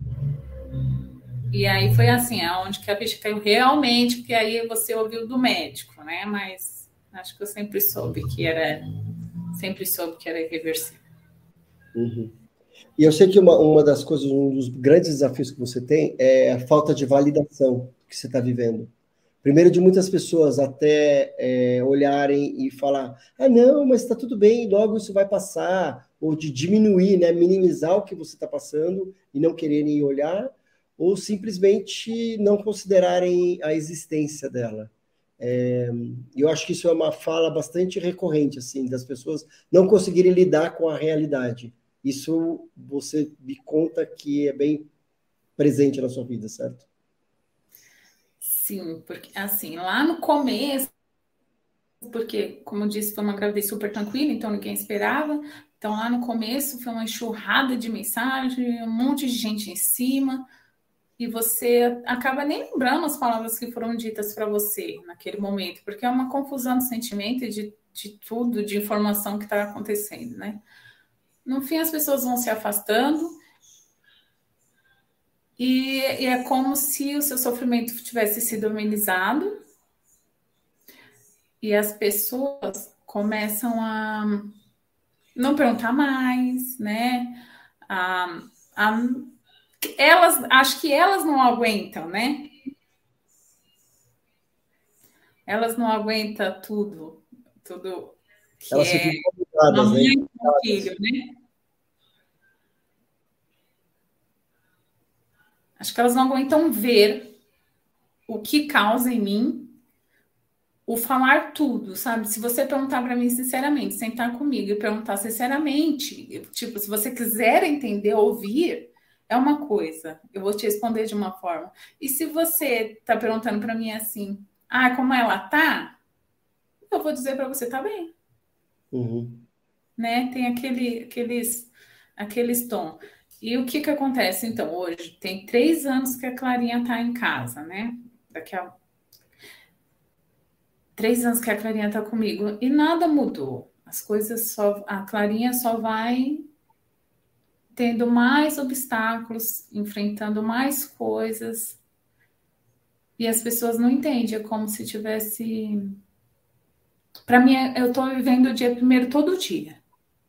E aí foi assim, aonde que a ficha caiu realmente, porque aí você ouviu do médico, né? Mas acho que eu sempre soube que era, sempre soube que era irreversível. Uhum. E eu sei que uma, uma das coisas, um dos grandes desafios que você tem é a falta de validação que você está vivendo. Primeiro, de muitas pessoas até é, olharem e falar, ah, não, mas está tudo bem, logo isso vai passar, ou de diminuir, né, minimizar o que você está passando e não quererem olhar, ou simplesmente não considerarem a existência dela. É, eu acho que isso é uma fala bastante recorrente, assim, das pessoas não conseguirem lidar com a realidade. Isso você me conta que é bem presente na sua vida, certo? Sim, porque assim, lá no começo, porque, como eu disse, foi uma gravidez super tranquila, então ninguém esperava. Então, lá no começo foi uma enxurrada de mensagem, um monte de gente em cima, e você acaba nem lembrando as palavras que foram ditas para você naquele momento, porque é uma confusão de sentimento e de, de tudo, de informação que está acontecendo, né? No fim, as pessoas vão se afastando, e, e é como se o seu sofrimento tivesse sido amenizado, e as pessoas começam a não perguntar mais, né? A, a, elas, acho que elas não aguentam, né? Elas não aguentam tudo, tudo que elas é uma mãe com filho, né? Acho que elas não aguentam ver o que causa em mim o falar tudo, sabe? Se você perguntar para mim sinceramente, sentar comigo e perguntar sinceramente, tipo, se você quiser entender, ouvir, é uma coisa, eu vou te responder de uma forma. E se você está perguntando para mim assim, ah, como ela tá? Eu vou dizer para você, tá bem. Uhum. Né? Tem aquele, aqueles, aqueles tom. E o que que acontece, então, hoje? Tem três anos que a Clarinha tá em casa, né? Daqui a três anos que a Clarinha tá comigo e nada mudou. As coisas só... A Clarinha só vai tendo mais obstáculos, enfrentando mais coisas. E as pessoas não entendem, é como se tivesse... Para mim, eu tô vivendo o dia primeiro todo dia.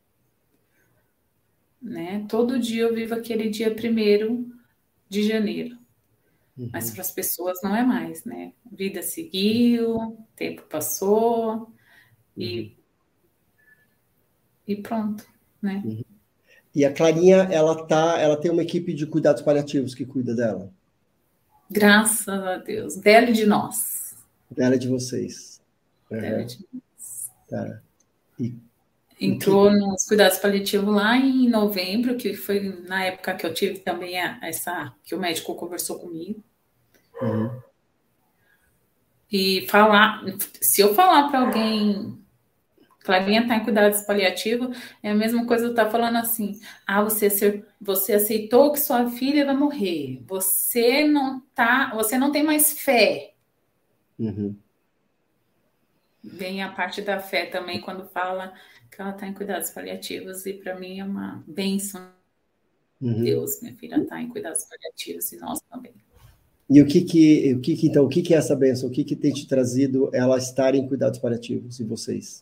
Né? Todo dia eu vivo aquele dia primeiro de janeiro. Uhum. Mas para as pessoas não é mais, né? A vida seguiu, tempo passou uhum. e, e pronto, né? Uhum. E a Clarinha, ela tá, ela tem uma equipe de cuidados paliativos que cuida dela. Graças a Deus. Dela e de nós. Dela e de vocês. Uhum. Dela e de nós. Tá. E, Entrou que... nos cuidados paliativos lá em novembro, que foi na época que eu tive também a, essa, que o médico conversou comigo. Uhum. E falar, se eu falar para alguém, Clarinha está em cuidados paliativos, é a mesma coisa eu estar tá falando assim, ah, você, você aceitou que sua filha vai morrer, você não tá, você não tem mais fé. Uhum. Vem a parte da fé também quando fala que ela está em cuidados paliativos, e para mim é uma bênção. Uhum. Deus, minha filha está em cuidados paliativos e nós também. E o que que, o que, que então, o que que é essa bênção? O que que tem te trazido ela estar em cuidados paliativos e vocês?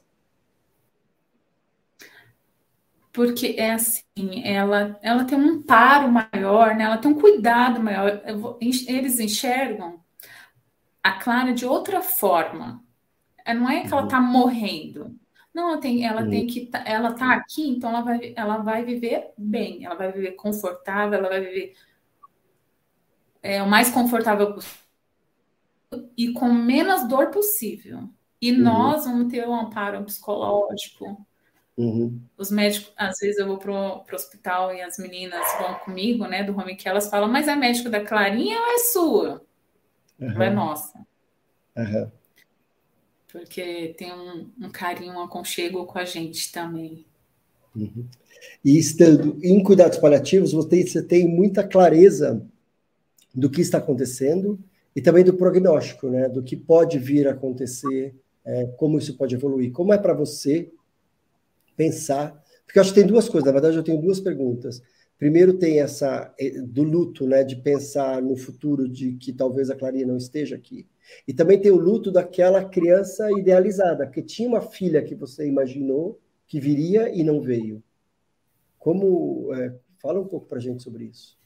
Porque é assim, ela, ela tem um amparo maior, né? Ela tem um cuidado maior. Eles enxergam a Clara de outra forma. Não é que ela está morrendo. Não, ela tem, ela uhum. tem que, ela está aqui, então ela vai, ela vai viver bem, ela vai viver confortável, ela vai viver é, o mais confortável possível e com menos dor possível. E uhum. nós vamos ter um amparo psicológico. Uhum. Os médicos, às vezes eu vou pro, pro hospital e as meninas vão comigo, né, do home care, elas falam, mas é médico da Clarinha ou é sua? Uhum. Ou é nossa? Uhum. Porque tem um, um carinho, um aconchego com a gente também. Uhum. E estando em cuidados paliativos, você, você tem muita clareza do que está acontecendo e também do prognóstico, né, do que pode vir a acontecer, é, como isso pode evoluir. Como é para você pensar, porque eu acho que tem duas coisas, na verdade eu tenho duas perguntas. Primeiro tem essa do luto, né, de pensar no futuro de que talvez a Clarinha não esteja aqui. E também tem o luto daquela criança idealizada, que tinha uma filha que você imaginou que viria e não veio. Como, é, fala um pouco pra gente sobre isso.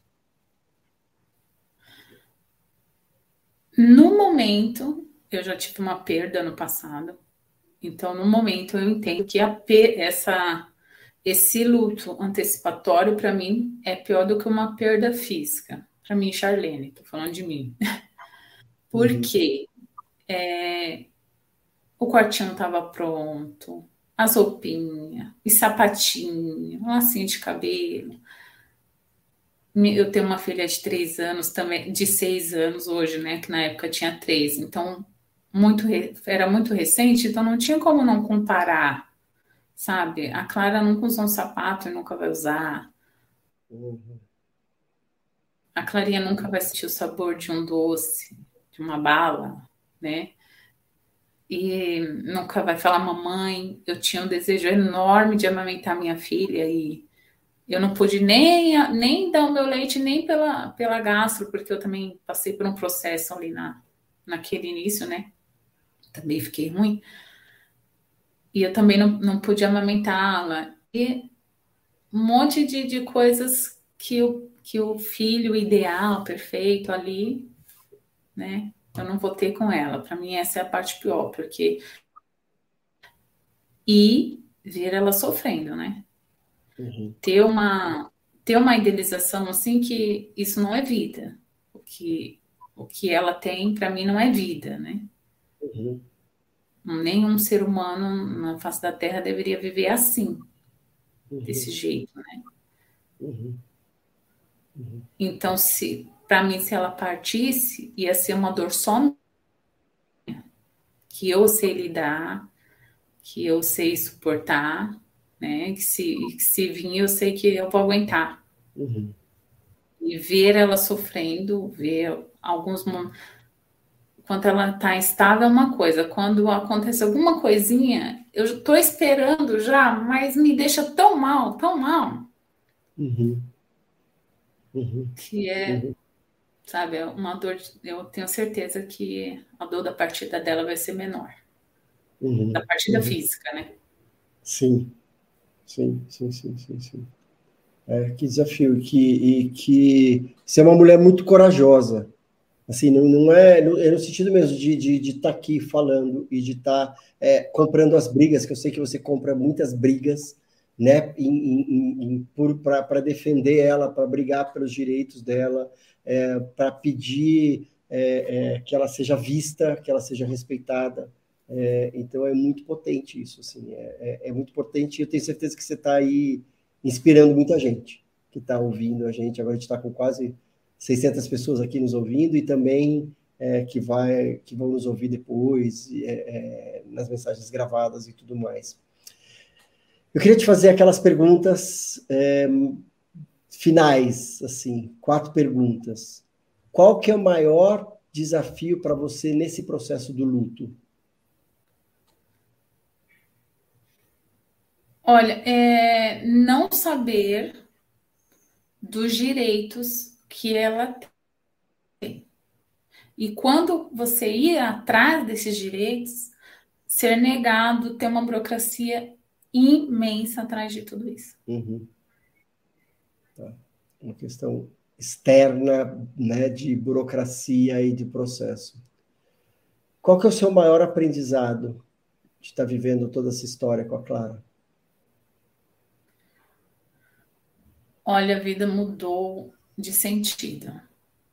No momento, eu já tive uma perda no passado. Então, no momento, eu entendo que a, essa, esse luto antecipatório, para mim, é pior do que uma perda física. Para mim, Charlene, tô falando de mim. Porque uhum. é, o quartinho estava pronto, as roupinhas, e sapatinho, um lacinho de cabelo. Eu tenho uma filha de três anos também, de seis anos hoje, né? Que na época tinha três. Então, muito era muito recente, então não tinha como não comparar, sabe? A Clara nunca usou um sapato e nunca vai usar. Uhum. A Clarinha nunca vai sentir o sabor de um doce, de uma bala, né? E nunca vai falar, mamãe, eu tinha um desejo enorme de amamentar minha filha e eu não pude nem, nem dar o meu leite nem pela, pela gastro, porque eu também passei por um processo ali na, naquele início, né? Também fiquei ruim. E eu também não, não pude amamentá-la. E um monte de, de coisas que o, que o filho ideal, perfeito ali, né? Eu não vou ter com ela. Para mim, essa é a parte pior, porque... E ver ela sofrendo, né? Uhum. Ter uma... ter uma idealização assim que isso não é vida. O que, o que ela tem, para mim, não é vida, né? Uhum. Nenhum ser humano na face da Terra deveria viver assim, uhum. desse jeito, né? Uhum. Uhum. Então, se para mim, se ela partisse, ia ser uma dor só minha, que eu sei lidar, que eu sei suportar, né? Que se, que se vir, eu sei que eu vou aguentar. Uhum. E ver ela sofrendo, ver alguns momentos. Quando ela está estável é uma coisa, quando acontece alguma coisinha, eu estou esperando já, mas me deixa tão mal, tão mal, Uhum. Uhum. que é, Uhum. sabe, é uma dor. Eu tenho certeza que a dor da partida dela vai ser menor. Da Uhum. partida Uhum. física, né? Sim, sim, sim, sim, sim, sim. É, que desafio, e que, e que você é uma mulher muito corajosa, assim, não, não é, no, é no sentido mesmo de estar de, de tá aqui falando e de estar tá, é, comprando as brigas, que eu sei que você compra muitas brigas, né, para defender ela, para brigar pelos direitos dela, é, para pedir é, é, que ela seja vista, que ela seja respeitada. É, então é muito potente isso, assim, é, é, é muito potente, e eu tenho certeza que você está aí inspirando muita gente que está ouvindo a gente. Agora a gente está com quase seiscentas pessoas aqui nos ouvindo e também é, que, vai, que vão nos ouvir depois, é, é, nas mensagens gravadas e tudo mais. Eu queria te fazer aquelas perguntas é, finais, assim, quatro perguntas. Qual que é o maior desafio para você nesse processo do luto? Olha, é não saber dos direitos que ela tem. E quando você ir atrás desses direitos, ser negado, ter uma burocracia imensa atrás de tudo isso. Uhum. Tá. Uma questão externa, né, de burocracia e de processo. Qual que é o seu maior aprendizado de estar vivendo toda essa história com a Clara? Olha, a vida mudou de sentido.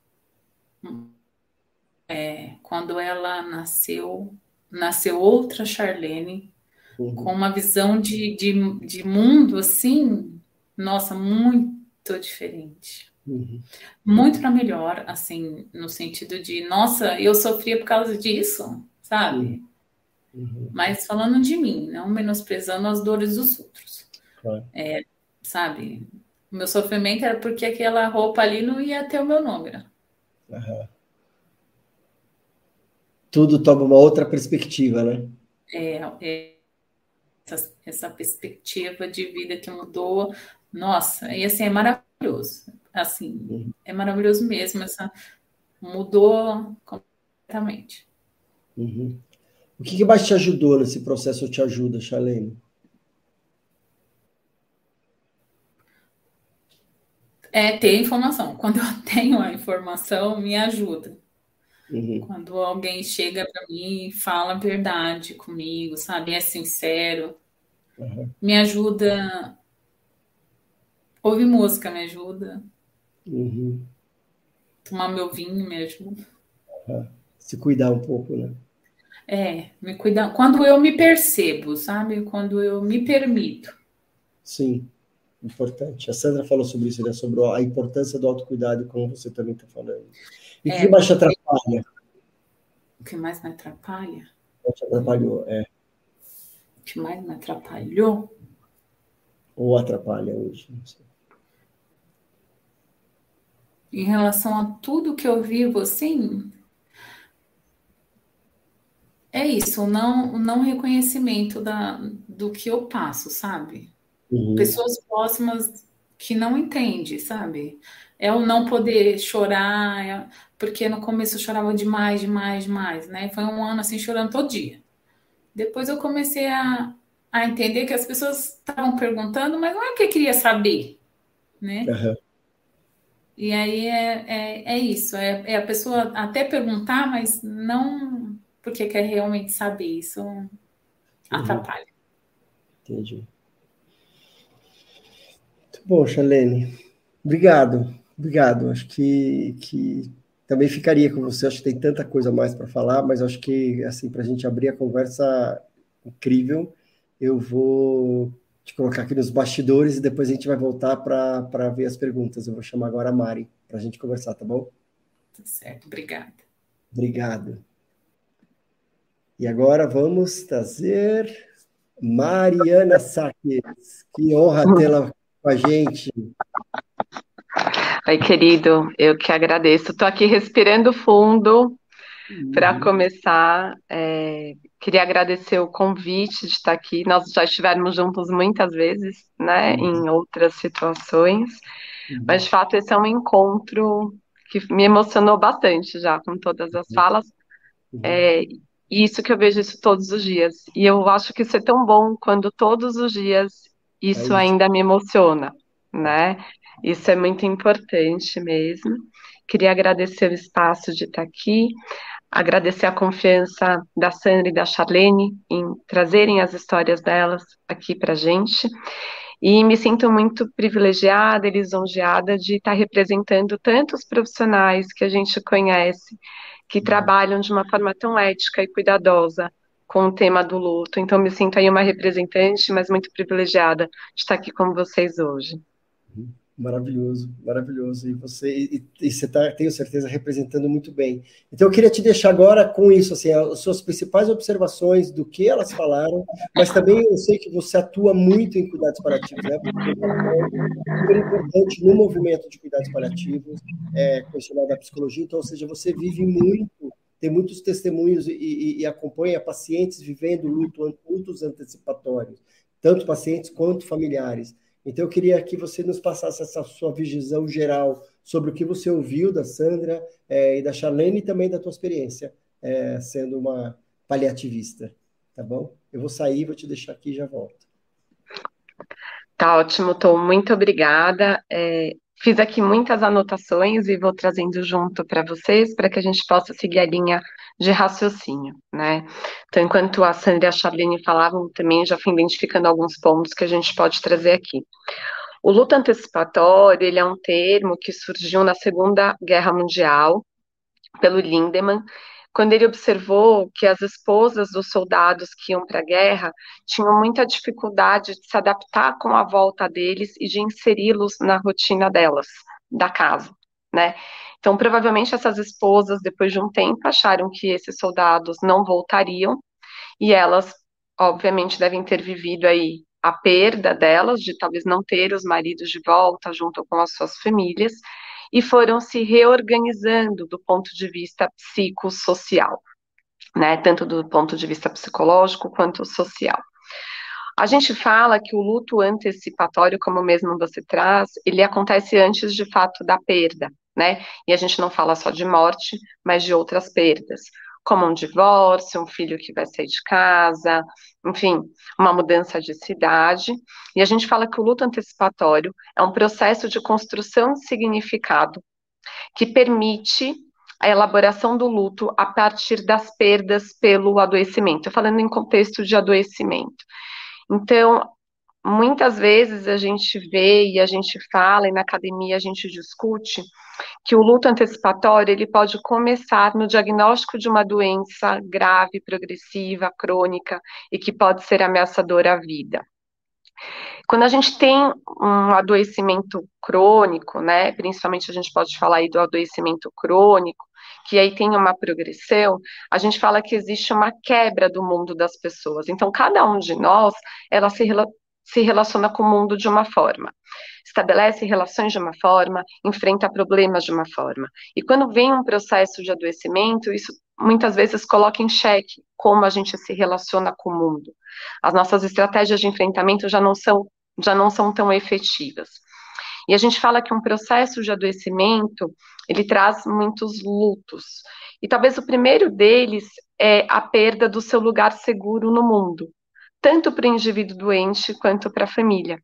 É, quando ela nasceu, nasceu outra Charlene, uhum. com uma visão de, de, de mundo, assim, nossa, muito diferente. Uhum. Muito para melhor, assim, no sentido de, nossa, eu sofria por causa disso, sabe? Uhum. Mas falando de mim, não menosprezando as dores dos outros. Claro. É, sabe? O meu sofrimento era porque aquela roupa ali não ia ter o meu nome, né? Uhum. Tudo toma uma outra perspectiva, né? É, é essa, essa perspectiva de vida que mudou, nossa, e assim, é maravilhoso, assim, uhum. É maravilhoso mesmo, essa mudou completamente. Uhum. O que, que mais te ajudou nesse processo ou te ajuda, Charlene? É ter informação. Quando eu tenho a informação, me ajuda. Uhum. Quando alguém chega para mim e fala a verdade comigo, sabe? É sincero. Uhum. Me ajuda. Ouvir música me ajuda. Uhum. Tomar meu vinho me ajuda. Uhum. Se cuidar um pouco, né? É, me cuidar. Quando eu me percebo, sabe? Quando eu me permito. Sim, importante. A Sandra falou sobre isso, né? Sobre a importância do autocuidado, como você também está falando. E o é, que mais te atrapalha? O que mais me atrapalha? O que te atrapalhou, é. O que mais me atrapalhou? Ou atrapalha hoje, não sei. Em relação a tudo que eu vivo, assim, é isso, o não, o não reconhecimento da, do que eu passo, sabe? Uhum. Pessoas próximas que não entendem, sabe? É o não poder chorar, é, porque no começo eu chorava demais, demais, demais, né? Foi um ano assim, chorando todo dia. Depois eu comecei a, a entender que as pessoas estavam perguntando, mas não é porque eu queria saber, né? Uhum. E aí é, é, é isso, é, é a pessoa até perguntar, mas não porque quer realmente saber, isso uhum. Atrapalha. Entendi. Muito bom, Charlene. Obrigado, obrigado. Acho que, que também ficaria com você, acho que tem tanta coisa mais para falar, mas acho que, assim, para a gente abrir a conversa incrível, eu vou de colocar aqui nos bastidores e depois a gente vai voltar para ver as perguntas. Eu vou chamar agora a Mari para a gente conversar, tá bom? Tá certo, obrigada. Obrigado. E agora vamos trazer Mariana Saques. Que honra tê-la com a gente. Oi, querido, eu que agradeço. Estou aqui respirando fundo para Uhum. começar. É, queria agradecer o convite de estar aqui. Nós já estivemos juntos muitas vezes, né, Uhum. em outras situações, Uhum. mas de fato esse é um encontro que me emocionou bastante já com todas as falas. Uhum. É, e isso que eu vejo isso todos os dias. E eu acho que isso é tão bom quando todos os dias É isso isso. ainda me emociona, né? Isso é muito importante mesmo. Queria agradecer o espaço de estar aqui, agradecer a confiança da Sandra e da Charlene em trazerem as histórias delas aqui para a gente. E me sinto muito privilegiada e lisonjeada de estar representando tantos profissionais que a gente conhece, que trabalham de uma forma tão ética e cuidadosa com o tema do luto. Então, me sinto aí uma representante, mas muito privilegiada de estar aqui com vocês hoje. Maravilhoso, maravilhoso. E você, e, e você está, tenho certeza, representando muito bem. Então, eu queria te deixar agora com isso, assim, as suas principais observações do que elas falaram, mas também eu sei que você atua muito em cuidados paliativos, né? Você tem um papel super importante no movimento de cuidados paliativos, é, questionado da psicologia, então, ou seja, você vive muito, tem muitos testemunhos e, e, e acompanha pacientes vivendo luto, lutos antecipatórios, tanto pacientes quanto familiares. Então, eu queria que você nos passasse essa sua visão geral sobre o que você ouviu da Sandra é, e da Charlene e também da tua experiência é, sendo uma paliativista, tá bom? Eu vou sair, vou te deixar aqui e já volto. Tá ótimo, Tom, muito obrigada. É, fiz aqui muitas anotações e vou trazendo junto para vocês, para que a gente possa seguir a linha de raciocínio, né? Então, enquanto a Sandra e a Charlene falavam, também já fui identificando alguns pontos que a gente pode trazer aqui. O luto antecipatório, ele é um termo que surgiu na Segunda Guerra Mundial, pelo Lindemann, quando ele observou que as esposas dos soldados que iam para a guerra tinham muita dificuldade de se adaptar com a volta deles e de inseri-los na rotina delas, da casa, né? Então, provavelmente essas esposas, depois de um tempo, acharam que esses soldados não voltariam e elas, obviamente, devem ter vivido aí a perda delas, de talvez não ter os maridos de volta junto com as suas famílias, e foram se reorganizando do ponto de vista psicossocial, né, tanto do ponto de vista psicológico quanto social. A gente fala que o luto antecipatório, como mesmo você traz, ele acontece antes de fato da perda, né, e a gente não fala só de morte, mas de outras perdas, como um divórcio, um filho que vai sair de casa, enfim, uma mudança de cidade. E a gente fala que o luto antecipatório é um processo de construção de significado que permite a elaboração do luto a partir das perdas pelo adoecimento. Falando em contexto de adoecimento. Então, muitas vezes a gente vê e a gente fala, e na academia a gente discute, que o luto antecipatório ele pode começar no diagnóstico de uma doença grave, progressiva, crônica e que pode ser ameaçadora à vida. Quando a gente tem um adoecimento crônico, né, principalmente a gente pode falar aí do adoecimento crônico, que aí tem uma progressão, a gente fala que existe uma quebra do mundo das pessoas. Então, cada um de nós, ela se se relaciona com o mundo de uma forma, estabelece relações de uma forma, enfrenta problemas de uma forma. E quando vem um processo de adoecimento, isso muitas vezes coloca em xeque como a gente se relaciona com o mundo. As nossas estratégias de enfrentamento já não são, já não são tão efetivas. E a gente fala que um processo de adoecimento, ele traz muitos lutos. E talvez o primeiro deles é a perda do seu lugar seguro no mundo, tanto para o indivíduo doente quanto para a família.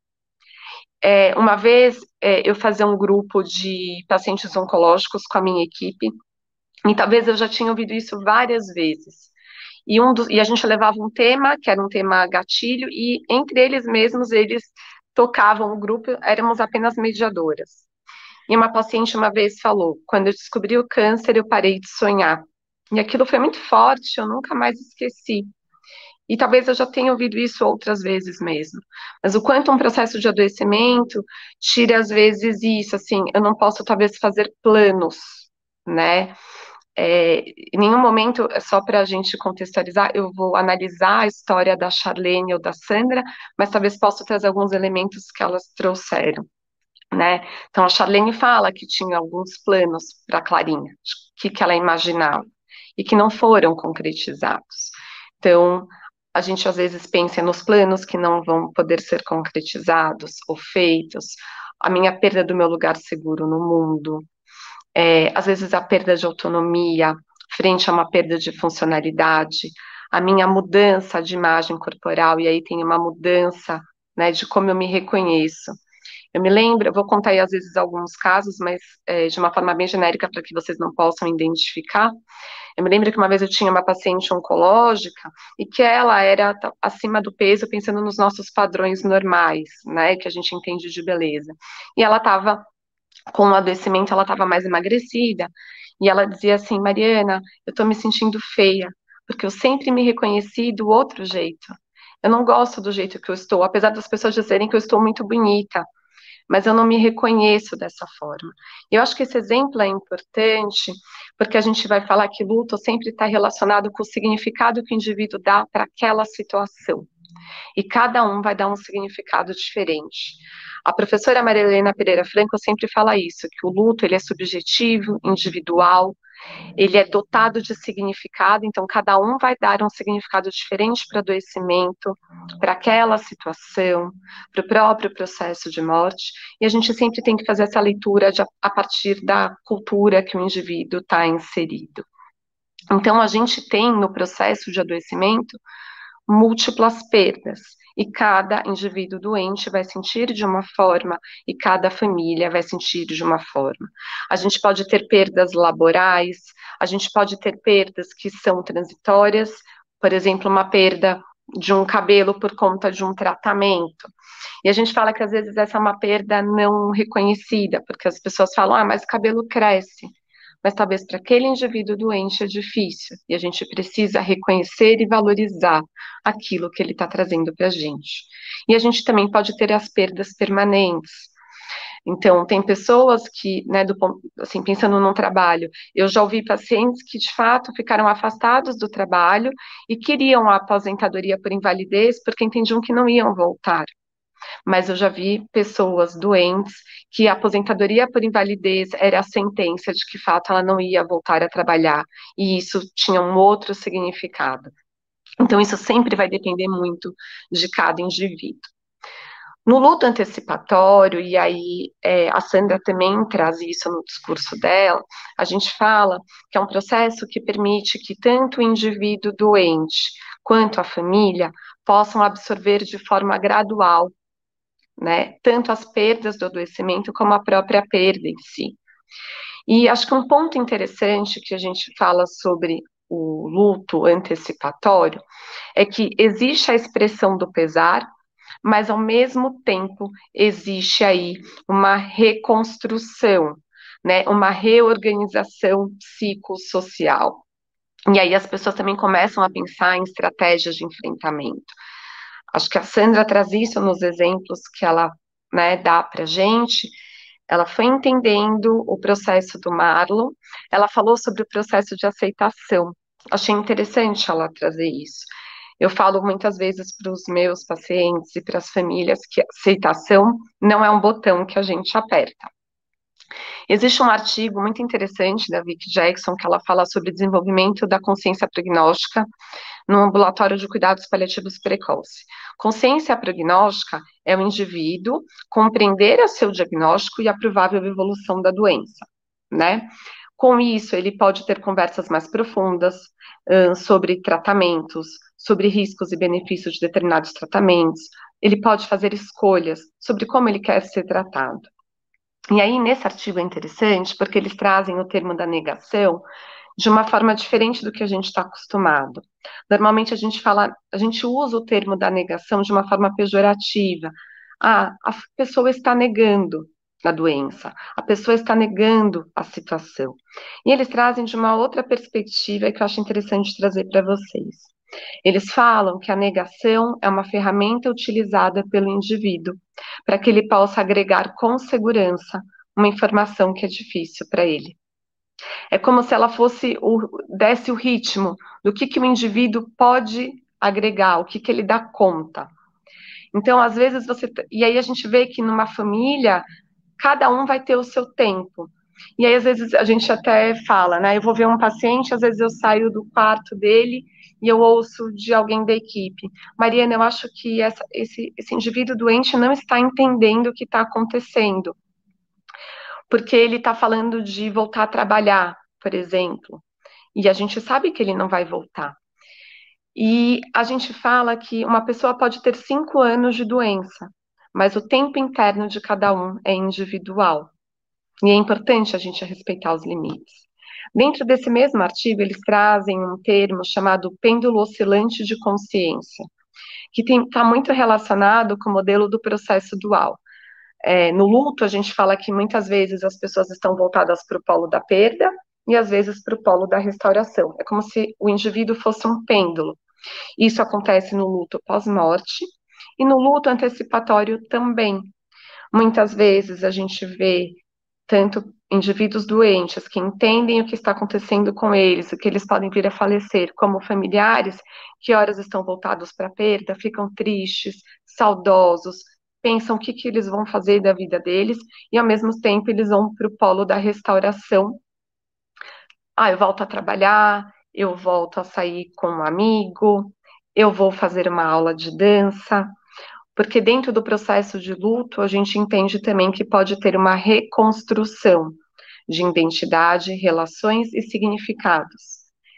É, uma vez é, eu fazia um grupo de pacientes oncológicos com a minha equipe, e talvez eu já tinha ouvido isso várias vezes. E, um dos, e a gente levava um tema, que era um tema gatilho, e entre eles mesmos, eles tocavam o grupo, éramos apenas mediadoras. E uma paciente uma vez falou, quando eu descobri o câncer, eu parei de sonhar. E aquilo foi muito forte, eu nunca mais esqueci. E talvez eu já tenha ouvido isso outras vezes mesmo. Mas o quanto um processo de adoecimento tira, às vezes, isso, assim, eu não posso, talvez, fazer planos, né? É, em nenhum momento, é só para a gente contextualizar, eu vou analisar a história da Charlene ou da Sandra, mas talvez possa trazer alguns elementos que elas trouxeram, né? Então, a Charlene fala que tinha alguns planos para a Clarinha, o que, que ela imaginava, e que não foram concretizados. Então, a gente às vezes pensa nos planos que não vão poder ser concretizados ou feitos, a minha perda do meu lugar seguro no mundo, é, às vezes a perda de autonomia frente a uma perda de funcionalidade, a minha mudança de imagem corporal, e aí tem uma mudança, né, de como eu me reconheço. Eu me lembro, eu vou contar aí às vezes alguns casos, mas é, de uma forma bem genérica para que vocês não possam identificar. Eu me lembro que uma vez eu tinha uma paciente oncológica e que ela era acima do peso, pensando nos nossos padrões normais, né, que a gente entende de beleza. E ela estava com o adoecimento, ela estava mais emagrecida, e ela dizia assim, Mariana, eu estou me sentindo feia, porque eu sempre me reconheci do outro jeito. Eu não gosto do jeito que eu estou, apesar das pessoas dizerem que eu estou muito bonita, mas eu não me reconheço dessa forma. E eu acho que esse exemplo é importante, porque a gente vai falar que luto sempre está relacionado com o significado que o indivíduo dá para aquela situação. E cada um vai dar um significado diferente. A professora Maria Helena Pereira Franco sempre fala isso, que o luto ele é subjetivo, individual, ele é dotado de significado, então cada um vai dar um significado diferente para o adoecimento, para aquela situação, para o próprio processo de morte, e a gente sempre tem que fazer essa leitura de, a partir da cultura que o indivíduo está inserido. Então a gente tem no processo de adoecimento múltiplas perdas, e cada indivíduo doente vai sentir de uma forma, e cada família vai sentir de uma forma. A gente pode ter perdas laborais, a gente pode ter perdas que são transitórias, por exemplo, uma perda de um cabelo por conta de um tratamento. E a gente fala que às vezes essa é uma perda não reconhecida, porque as pessoas falam, ah, mas o cabelo cresce. Mas talvez para aquele indivíduo doente é difícil, e a gente precisa reconhecer e valorizar aquilo que ele está trazendo para a gente. E a gente também pode ter as perdas permanentes. Então, tem pessoas que, né, do, assim, pensando num trabalho, eu já ouvi pacientes que, de fato, ficaram afastados do trabalho e queriam a aposentadoria por invalidez porque entendiam que não iam voltar. Mas eu já vi pessoas doentes que a aposentadoria por invalidez era a sentença de que, de fato, ela não ia voltar a trabalhar, e isso tinha um outro significado. Então, isso sempre vai depender muito de cada indivíduo. No luto antecipatório, e aí é, a Sandra também traz isso no discurso dela, a gente fala que é um processo que permite que tanto o indivíduo doente quanto a família possam absorver de forma gradual, né, tanto as perdas do adoecimento como a própria perda em si. E acho que um ponto interessante que a gente fala sobre o luto antecipatório é que existe a expressão do pesar, mas ao mesmo tempo existe aí uma reconstrução, né, uma reorganização psicossocial. E aí as pessoas também começam a pensar em estratégias de enfrentamento. Acho que a Sandra traz isso nos exemplos que ela, né, dá para a gente. Ela foi entendendo o processo do Marlon, ela falou sobre o processo de aceitação. Achei interessante ela trazer isso. Eu falo muitas vezes para os meus pacientes e para as famílias que a aceitação não é um botão que a gente aperta. Existe um artigo muito interessante da Vicky Jackson que ela fala sobre o desenvolvimento da consciência prognóstica no ambulatório de cuidados paliativos precoce. Consciência prognóstica é o indivíduo compreender o seu diagnóstico e a provável evolução da doença, né? Com isso, ele pode ter conversas mais profundas uh, sobre tratamentos, sobre riscos e benefícios de determinados tratamentos. Ele pode fazer escolhas sobre como ele quer ser tratado. E aí, nesse artigo é interessante, porque eles trazem o termo da negação de uma forma diferente do que a gente está acostumado. Normalmente a gente fala, a gente usa o termo da negação de uma forma pejorativa. Ah, a pessoa está negando a doença, a pessoa está negando a situação. E eles trazem de uma outra perspectiva que eu acho interessante trazer para vocês. Eles falam que a negação é uma ferramenta utilizada pelo indivíduo para que ele possa agregar com segurança uma informação que é difícil para ele. É como se ela fosse o, desse o ritmo do que, que o indivíduo pode agregar, o que, que ele dá conta. Então, às vezes você. E aí a gente vê que numa família, cada um vai ter o seu tempo. E aí, às vezes, a gente até fala, né? Eu vou ver um paciente, às vezes eu saio do quarto dele e eu ouço de alguém da equipe. Mariana, eu acho que essa, esse, esse indivíduo doente não está entendendo o que está acontecendo. Porque ele está falando de voltar a trabalhar, por exemplo. E a gente sabe que ele não vai voltar. E a gente fala que uma pessoa pode ter cinco anos de doença, mas o tempo interno de cada um é individual. E é importante a gente respeitar os limites. Dentro desse mesmo artigo, eles trazem um termo chamado pêndulo oscilante de consciência, que está muito relacionado com o modelo do processo dual. É, no luto, a gente fala que muitas vezes as pessoas estão voltadas para o polo da perda e às vezes para o polo da restauração. É como se o indivíduo fosse um pêndulo. Isso acontece no luto pós-morte e no luto antecipatório também. Muitas vezes a gente vê tanto indivíduos doentes que entendem o que está acontecendo com eles, o que eles podem vir a falecer, como familiares que horas estão voltados para a perda, ficam tristes, saudosos, pensam o que, que eles vão fazer da vida deles e ao mesmo tempo eles vão para o polo da restauração. Ah, eu volto a trabalhar, eu volto a sair com um amigo, eu vou fazer uma aula de dança, porque dentro do processo de luto a gente entende também que pode ter uma reconstrução de identidade, relações e significados.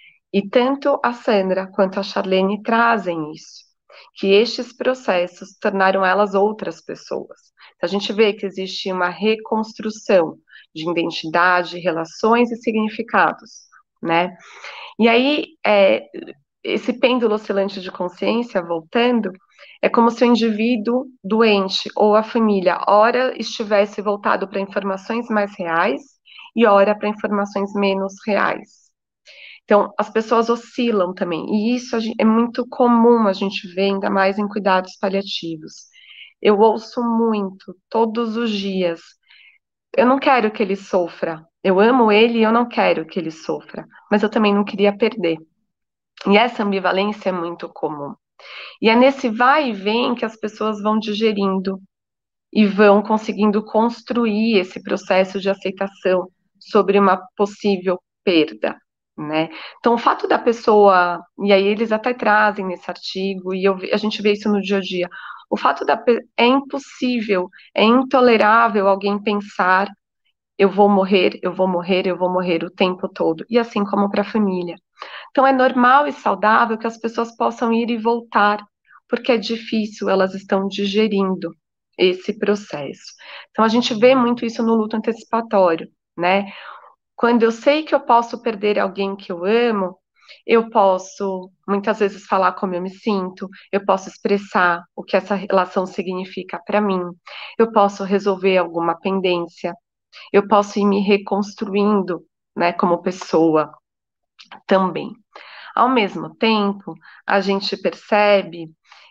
E tanto a Sandra quanto a Charlene trazem isso, que estes processos tornaram elas outras pessoas. A gente vê que existe uma reconstrução de identidade, relações e significados, né? E aí, é, esse pêndulo oscilante de consciência, voltando, é como se o indivíduo doente ou a família, ora estivesse voltado para informações mais reais e ora para informações menos reais. Então, as pessoas oscilam também, e isso é muito comum a gente ver, ainda mais em cuidados paliativos. Eu ouço muito, todos os dias, eu não quero que ele sofra, eu amo ele e eu não quero que ele sofra, mas eu também não queria perder. E essa ambivalência é muito comum. E é nesse vai e vem que as pessoas vão digerindo e vão conseguindo construir esse processo de aceitação sobre uma possível perda, né? Então, o fato da pessoa, e aí eles até trazem nesse artigo, e eu, a gente vê isso no dia a dia, o fato da é impossível, é intolerável alguém pensar eu vou morrer, eu vou morrer, eu vou morrer o tempo todo, e assim como para a família. Então, é normal e saudável que as pessoas possam ir e voltar, porque é difícil, elas estão digerindo esse processo. Então, a gente vê muito isso no luto antecipatório, né? Quando eu sei que eu posso perder alguém que eu amo, eu posso, muitas vezes, falar como eu me sinto, eu posso expressar o que essa relação significa para mim, eu posso resolver alguma pendência, eu posso ir me reconstruindo, né, como pessoa também. Ao mesmo tempo, a gente percebe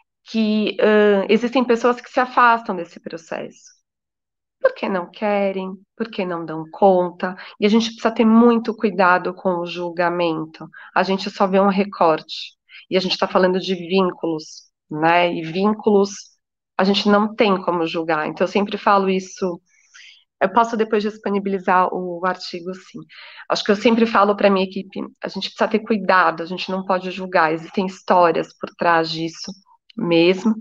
que uh, existem pessoas que se afastam desse processo. Porque não querem, porque não dão conta, e a gente precisa ter muito cuidado com o julgamento. A gente só vê um recorte, e a gente está falando de vínculos, né? E vínculos a gente não tem como julgar. Então, eu sempre falo isso. Eu posso depois disponibilizar o artigo, sim. Acho que eu sempre falo para a minha equipe, a gente precisa ter cuidado, a gente não pode julgar, existem histórias por trás disso mesmo,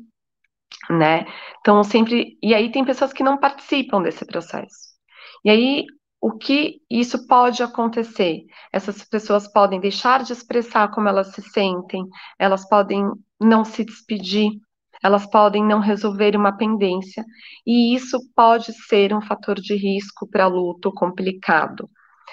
né? Então, sempre... E aí tem pessoas que não participam desse processo. E aí, o que isso pode acontecer? Essas pessoas podem deixar de expressar como elas se sentem, elas podem não se despedir, elas podem não resolver uma pendência, e isso pode ser um fator de risco para luto complicado.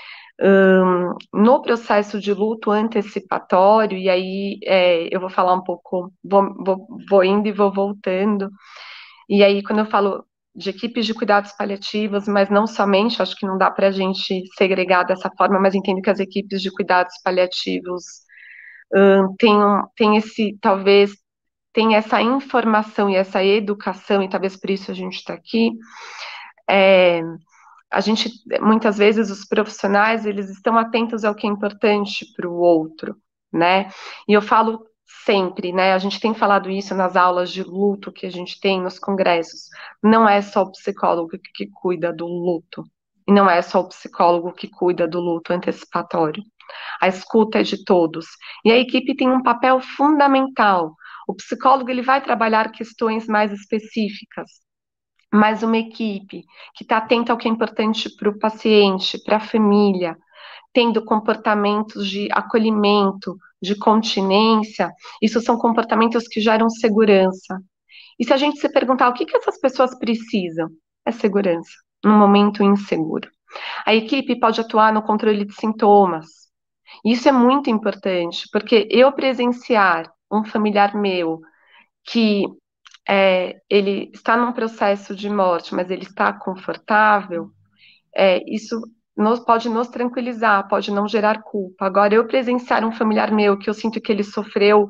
Um, no processo de luto antecipatório, e aí é, eu vou falar um pouco, vou, vou, vou indo e vou voltando, e aí quando eu falo de equipes de cuidados paliativos, mas não somente, acho que não dá para a gente segregar dessa forma, mas entendo que as equipes de cuidados paliativos hum, tem, um, tem esse, talvez, tem essa informação e essa educação, e talvez por isso a gente está aqui. É, a gente, muitas vezes, os profissionais, eles estão atentos ao que é importante para o outro, né? E eu falo sempre, né? A gente tem falado isso nas aulas de luto que a gente tem nos congressos. Não é só o psicólogo que, que cuida do luto. E não é só o psicólogo que cuida do luto antecipatório. A escuta é de todos. E a equipe tem um papel fundamental. O psicólogo, ele vai trabalhar questões mais específicas, mas uma equipe que está atenta ao que é importante para o paciente, para a família, tendo comportamentos de acolhimento, de continência, isso são comportamentos que geram segurança. E se a gente se perguntar o que, que essas pessoas precisam, é segurança, num momento inseguro. A equipe pode atuar no controle de sintomas. Isso é muito importante, porque eu presenciar um familiar meu que é, ele está num processo de morte, mas ele está confortável, é, isso nos, pode nos tranquilizar, pode não gerar culpa. Agora, eu presenciar um familiar meu que eu sinto que ele sofreu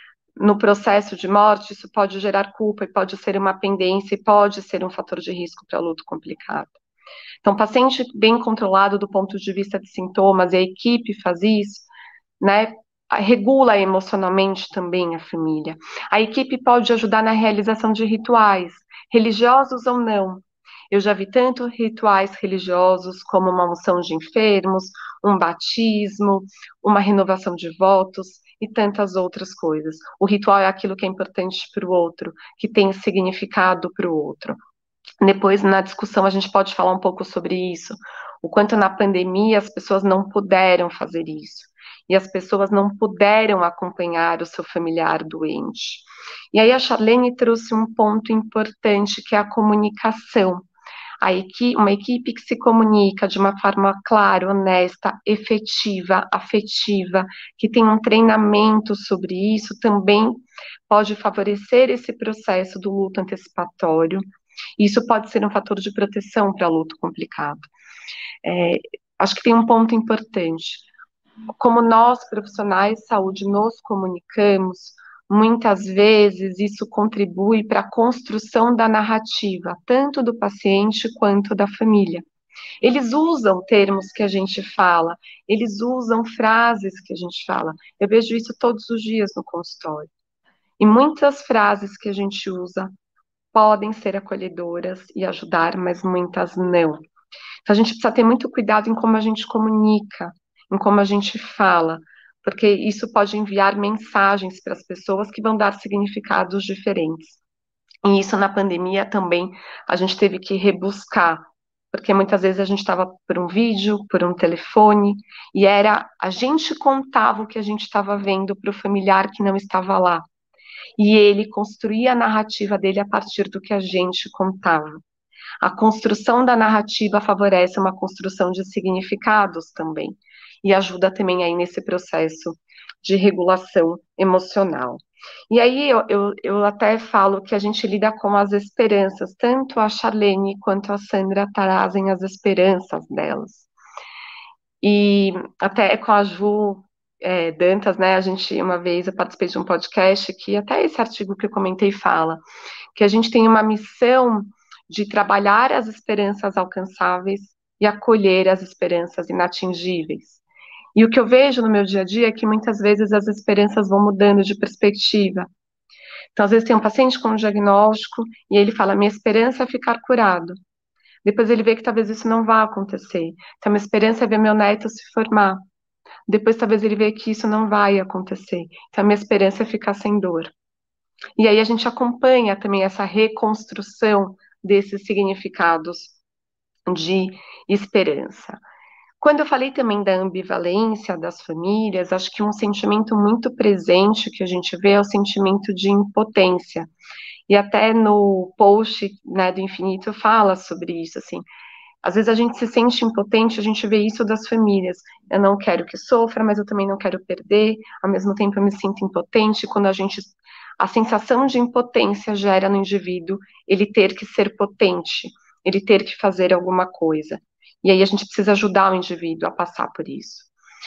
no processo de morte, isso pode gerar culpa e pode ser uma pendência e pode ser um fator de risco para luto complicado. Então, paciente bem controlado do ponto de vista de sintomas, e a equipe faz isso, né, regula emocionalmente também a família. A equipe pode ajudar na realização de rituais, religiosos ou não. Eu já vi tanto rituais religiosos como uma unção de enfermos, um batismo, uma renovação de votos e tantas outras coisas. O ritual é aquilo que é importante para o outro, que tem significado para o outro. Depois, na discussão, a gente pode falar um pouco sobre isso, o quanto na pandemia as pessoas não puderam fazer isso, e as pessoas não puderam acompanhar o seu familiar doente. E aí a Charlene trouxe um ponto importante, que é a comunicação. A equipe, uma equipe que se comunica de uma forma clara, honesta, efetiva, afetiva, que tem um treinamento sobre isso, também pode favorecer esse processo do luto antecipatório. Isso pode ser um fator de proteção para luto complicado. É, acho que tem um ponto importante. Como nós, profissionais de saúde, nos comunicamos, muitas vezes isso contribui para a construção da narrativa, tanto do paciente quanto da família. Eles usam termos que a gente fala, eles usam frases que a gente fala. Eu vejo isso todos os dias no consultório. E muitas frases que a gente usa podem ser acolhedoras e ajudar, mas muitas não. Então a gente precisa ter muito cuidado em como a gente comunica, em como a gente fala, porque isso pode enviar mensagens para as pessoas que vão dar significados diferentes. E isso na pandemia também a gente teve que rebuscar, porque muitas vezes a gente estava por um vídeo, por um telefone, e era, a gente contava o que a gente estava vendo para o familiar que não estava lá. E ele construía a narrativa dele a partir do que a gente contava. A construção da narrativa favorece uma construção de significados também, e ajuda também aí nesse processo de regulação emocional. E aí eu, eu, eu até falo que a gente lida com as esperanças, tanto a Charlene quanto a Sandra trazem as esperanças delas. E até com a Ju é, Dantas, né, a gente, uma vez eu participei de um podcast que até esse artigo que eu comentei fala, que a gente tem uma missão de trabalhar as esperanças alcançáveis e acolher as esperanças inatingíveis. E o que eu vejo no meu dia a dia é que muitas vezes as esperanças vão mudando de perspectiva. Então, às vezes tem um paciente com um diagnóstico e ele fala, minha esperança é ficar curado. Depois ele vê que talvez isso não vá acontecer. Então, minha esperança é ver meu neto se formar. Depois talvez ele vê que isso não vai acontecer. Então, minha esperança é ficar sem dor. E aí a gente acompanha também essa reconstrução desses significados de esperança. Quando eu falei também da ambivalência das famílias, acho que um sentimento muito presente que a gente vê é o sentimento de impotência. E até no post, né, do Infinito fala sobre isso, assim. Às vezes a gente se sente impotente, a gente vê isso das famílias. Eu não quero que sofra, mas eu também não quero perder. Ao mesmo tempo eu me sinto impotente. Quando a gente... A sensação de impotência gera no indivíduo ele ter que ser potente, ele ter que fazer alguma coisa. E aí a gente precisa ajudar o indivíduo a passar por isso.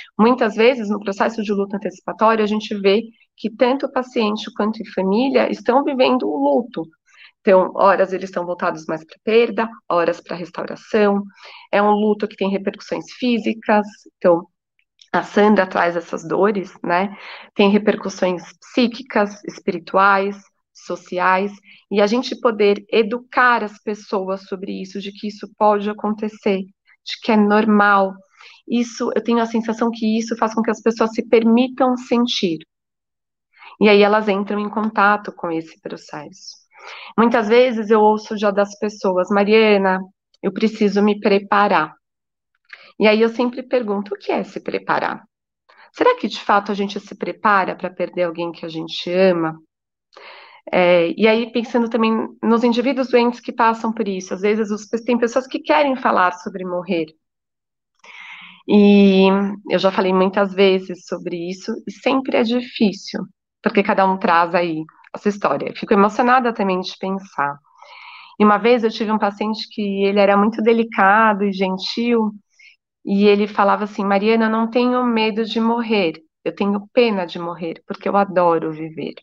Muitas vezes, no processo de luto antecipatório, a gente vê que tanto o paciente quanto a família estão vivendo o luto. Então, horas eles estão voltados mais para perda, horas para restauração. É um luto que tem repercussões físicas. Então, a Sandra traz essas dores, né? Tem repercussões psíquicas, espirituais, sociais, e a gente poder educar as pessoas sobre isso, de que isso pode acontecer, de que é normal. Isso, eu tenho a sensação que isso faz com que as pessoas se permitam sentir. E aí elas entram em contato com esse processo. Muitas vezes eu ouço já das pessoas, Mariana, eu preciso me preparar. E aí eu sempre pergunto, o que é se preparar? Será que de fato a gente se prepara para perder alguém que a gente ama? É, e aí pensando também nos indivíduos doentes que passam por isso, às vezes os, tem pessoas que querem falar sobre morrer. E eu já falei muitas vezes sobre isso, e sempre é difícil, porque cada um traz aí essa história. Fico emocionada também de pensar. E uma vez eu tive um paciente que ele era muito delicado e gentil, e ele falava assim, Mariana, eu não tenho medo de morrer, eu tenho pena de morrer, porque eu adoro viver.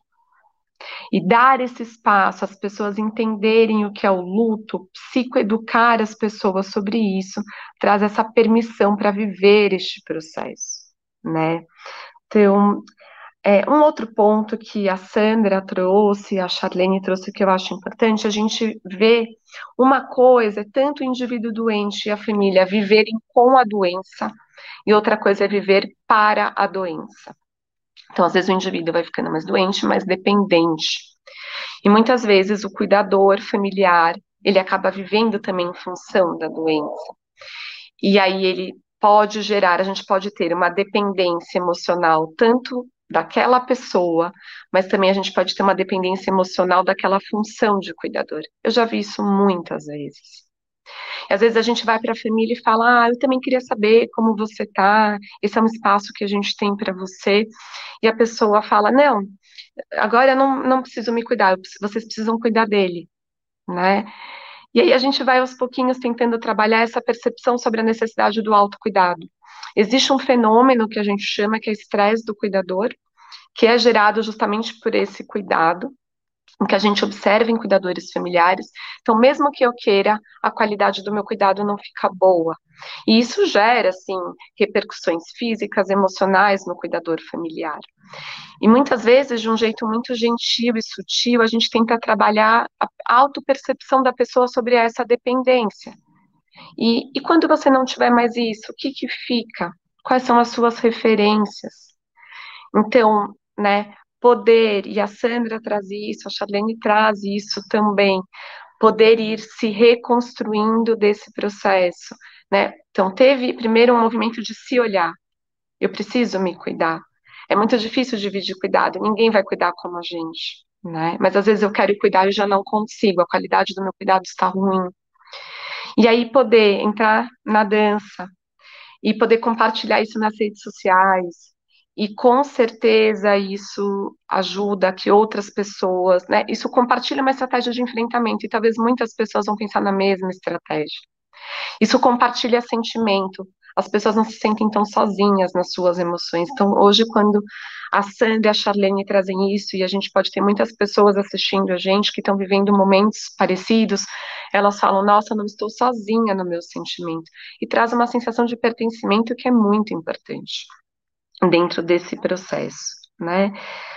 E dar esse espaço, as pessoas entenderem o que é o luto, psicoeducar as pessoas sobre isso, traz essa permissão para viver este processo, né? Então, é, um outro ponto que a Sandra trouxe, a Charlene trouxe, que eu acho importante, a gente vê uma coisa, é tanto o indivíduo doente e a família viverem com a doença, e outra coisa é viver para a doença. Então, às vezes o indivíduo vai ficando mais doente, mais dependente. E muitas vezes o cuidador familiar, ele acaba vivendo também em função da doença. E aí ele pode gerar, a gente pode ter uma dependência emocional, tanto daquela pessoa, mas também a gente pode ter uma dependência emocional daquela função de cuidador. Eu já vi isso muitas vezes. E às vezes a gente vai para a família e fala, ah, eu também queria saber como você tá, esse é um espaço que a gente tem para você, e a pessoa fala, não, agora eu não, não preciso me cuidar, vocês precisam cuidar dele, né? E aí a gente vai aos pouquinhos tentando trabalhar essa percepção sobre a necessidade do autocuidado. Existe um fenômeno que a gente chama que é estresse do cuidador, que é gerado justamente por esse cuidado, que a gente observa em cuidadores familiares. Então, mesmo que eu queira, a qualidade do meu cuidado não fica boa. E isso gera, assim, repercussões físicas, emocionais no cuidador familiar. E muitas vezes, de um jeito muito gentil e sutil, a gente tenta trabalhar a autopercepção da pessoa sobre essa dependência. E, e quando você não tiver mais isso, o que que fica? Quais são as suas referências? Então, né, poder, e a Sandra traz isso, a Charlene traz isso também, poder ir se reconstruindo desse processo, né? Então, teve primeiro um movimento de se olhar. Eu preciso me cuidar. É muito difícil dividir cuidado, ninguém vai cuidar como a gente, né? Mas às vezes eu quero cuidar e já não consigo, a qualidade do meu cuidado está ruim. E aí poder entrar na dança e poder compartilhar isso nas redes sociais, e com certeza isso ajuda que outras pessoas, né? Isso compartilha uma estratégia de enfrentamento, e talvez muitas pessoas vão pensar na mesma estratégia. Isso compartilha sentimento, as pessoas não se sentem tão sozinhas nas suas emoções. Então, hoje, quando a Sandra e a Charlene trazem isso, e a gente pode ter muitas pessoas assistindo a gente que estão vivendo momentos parecidos, elas falam, nossa, eu não estou sozinha no meu sentimento. E traz uma sensação de pertencimento que é muito importante dentro desse processo, né?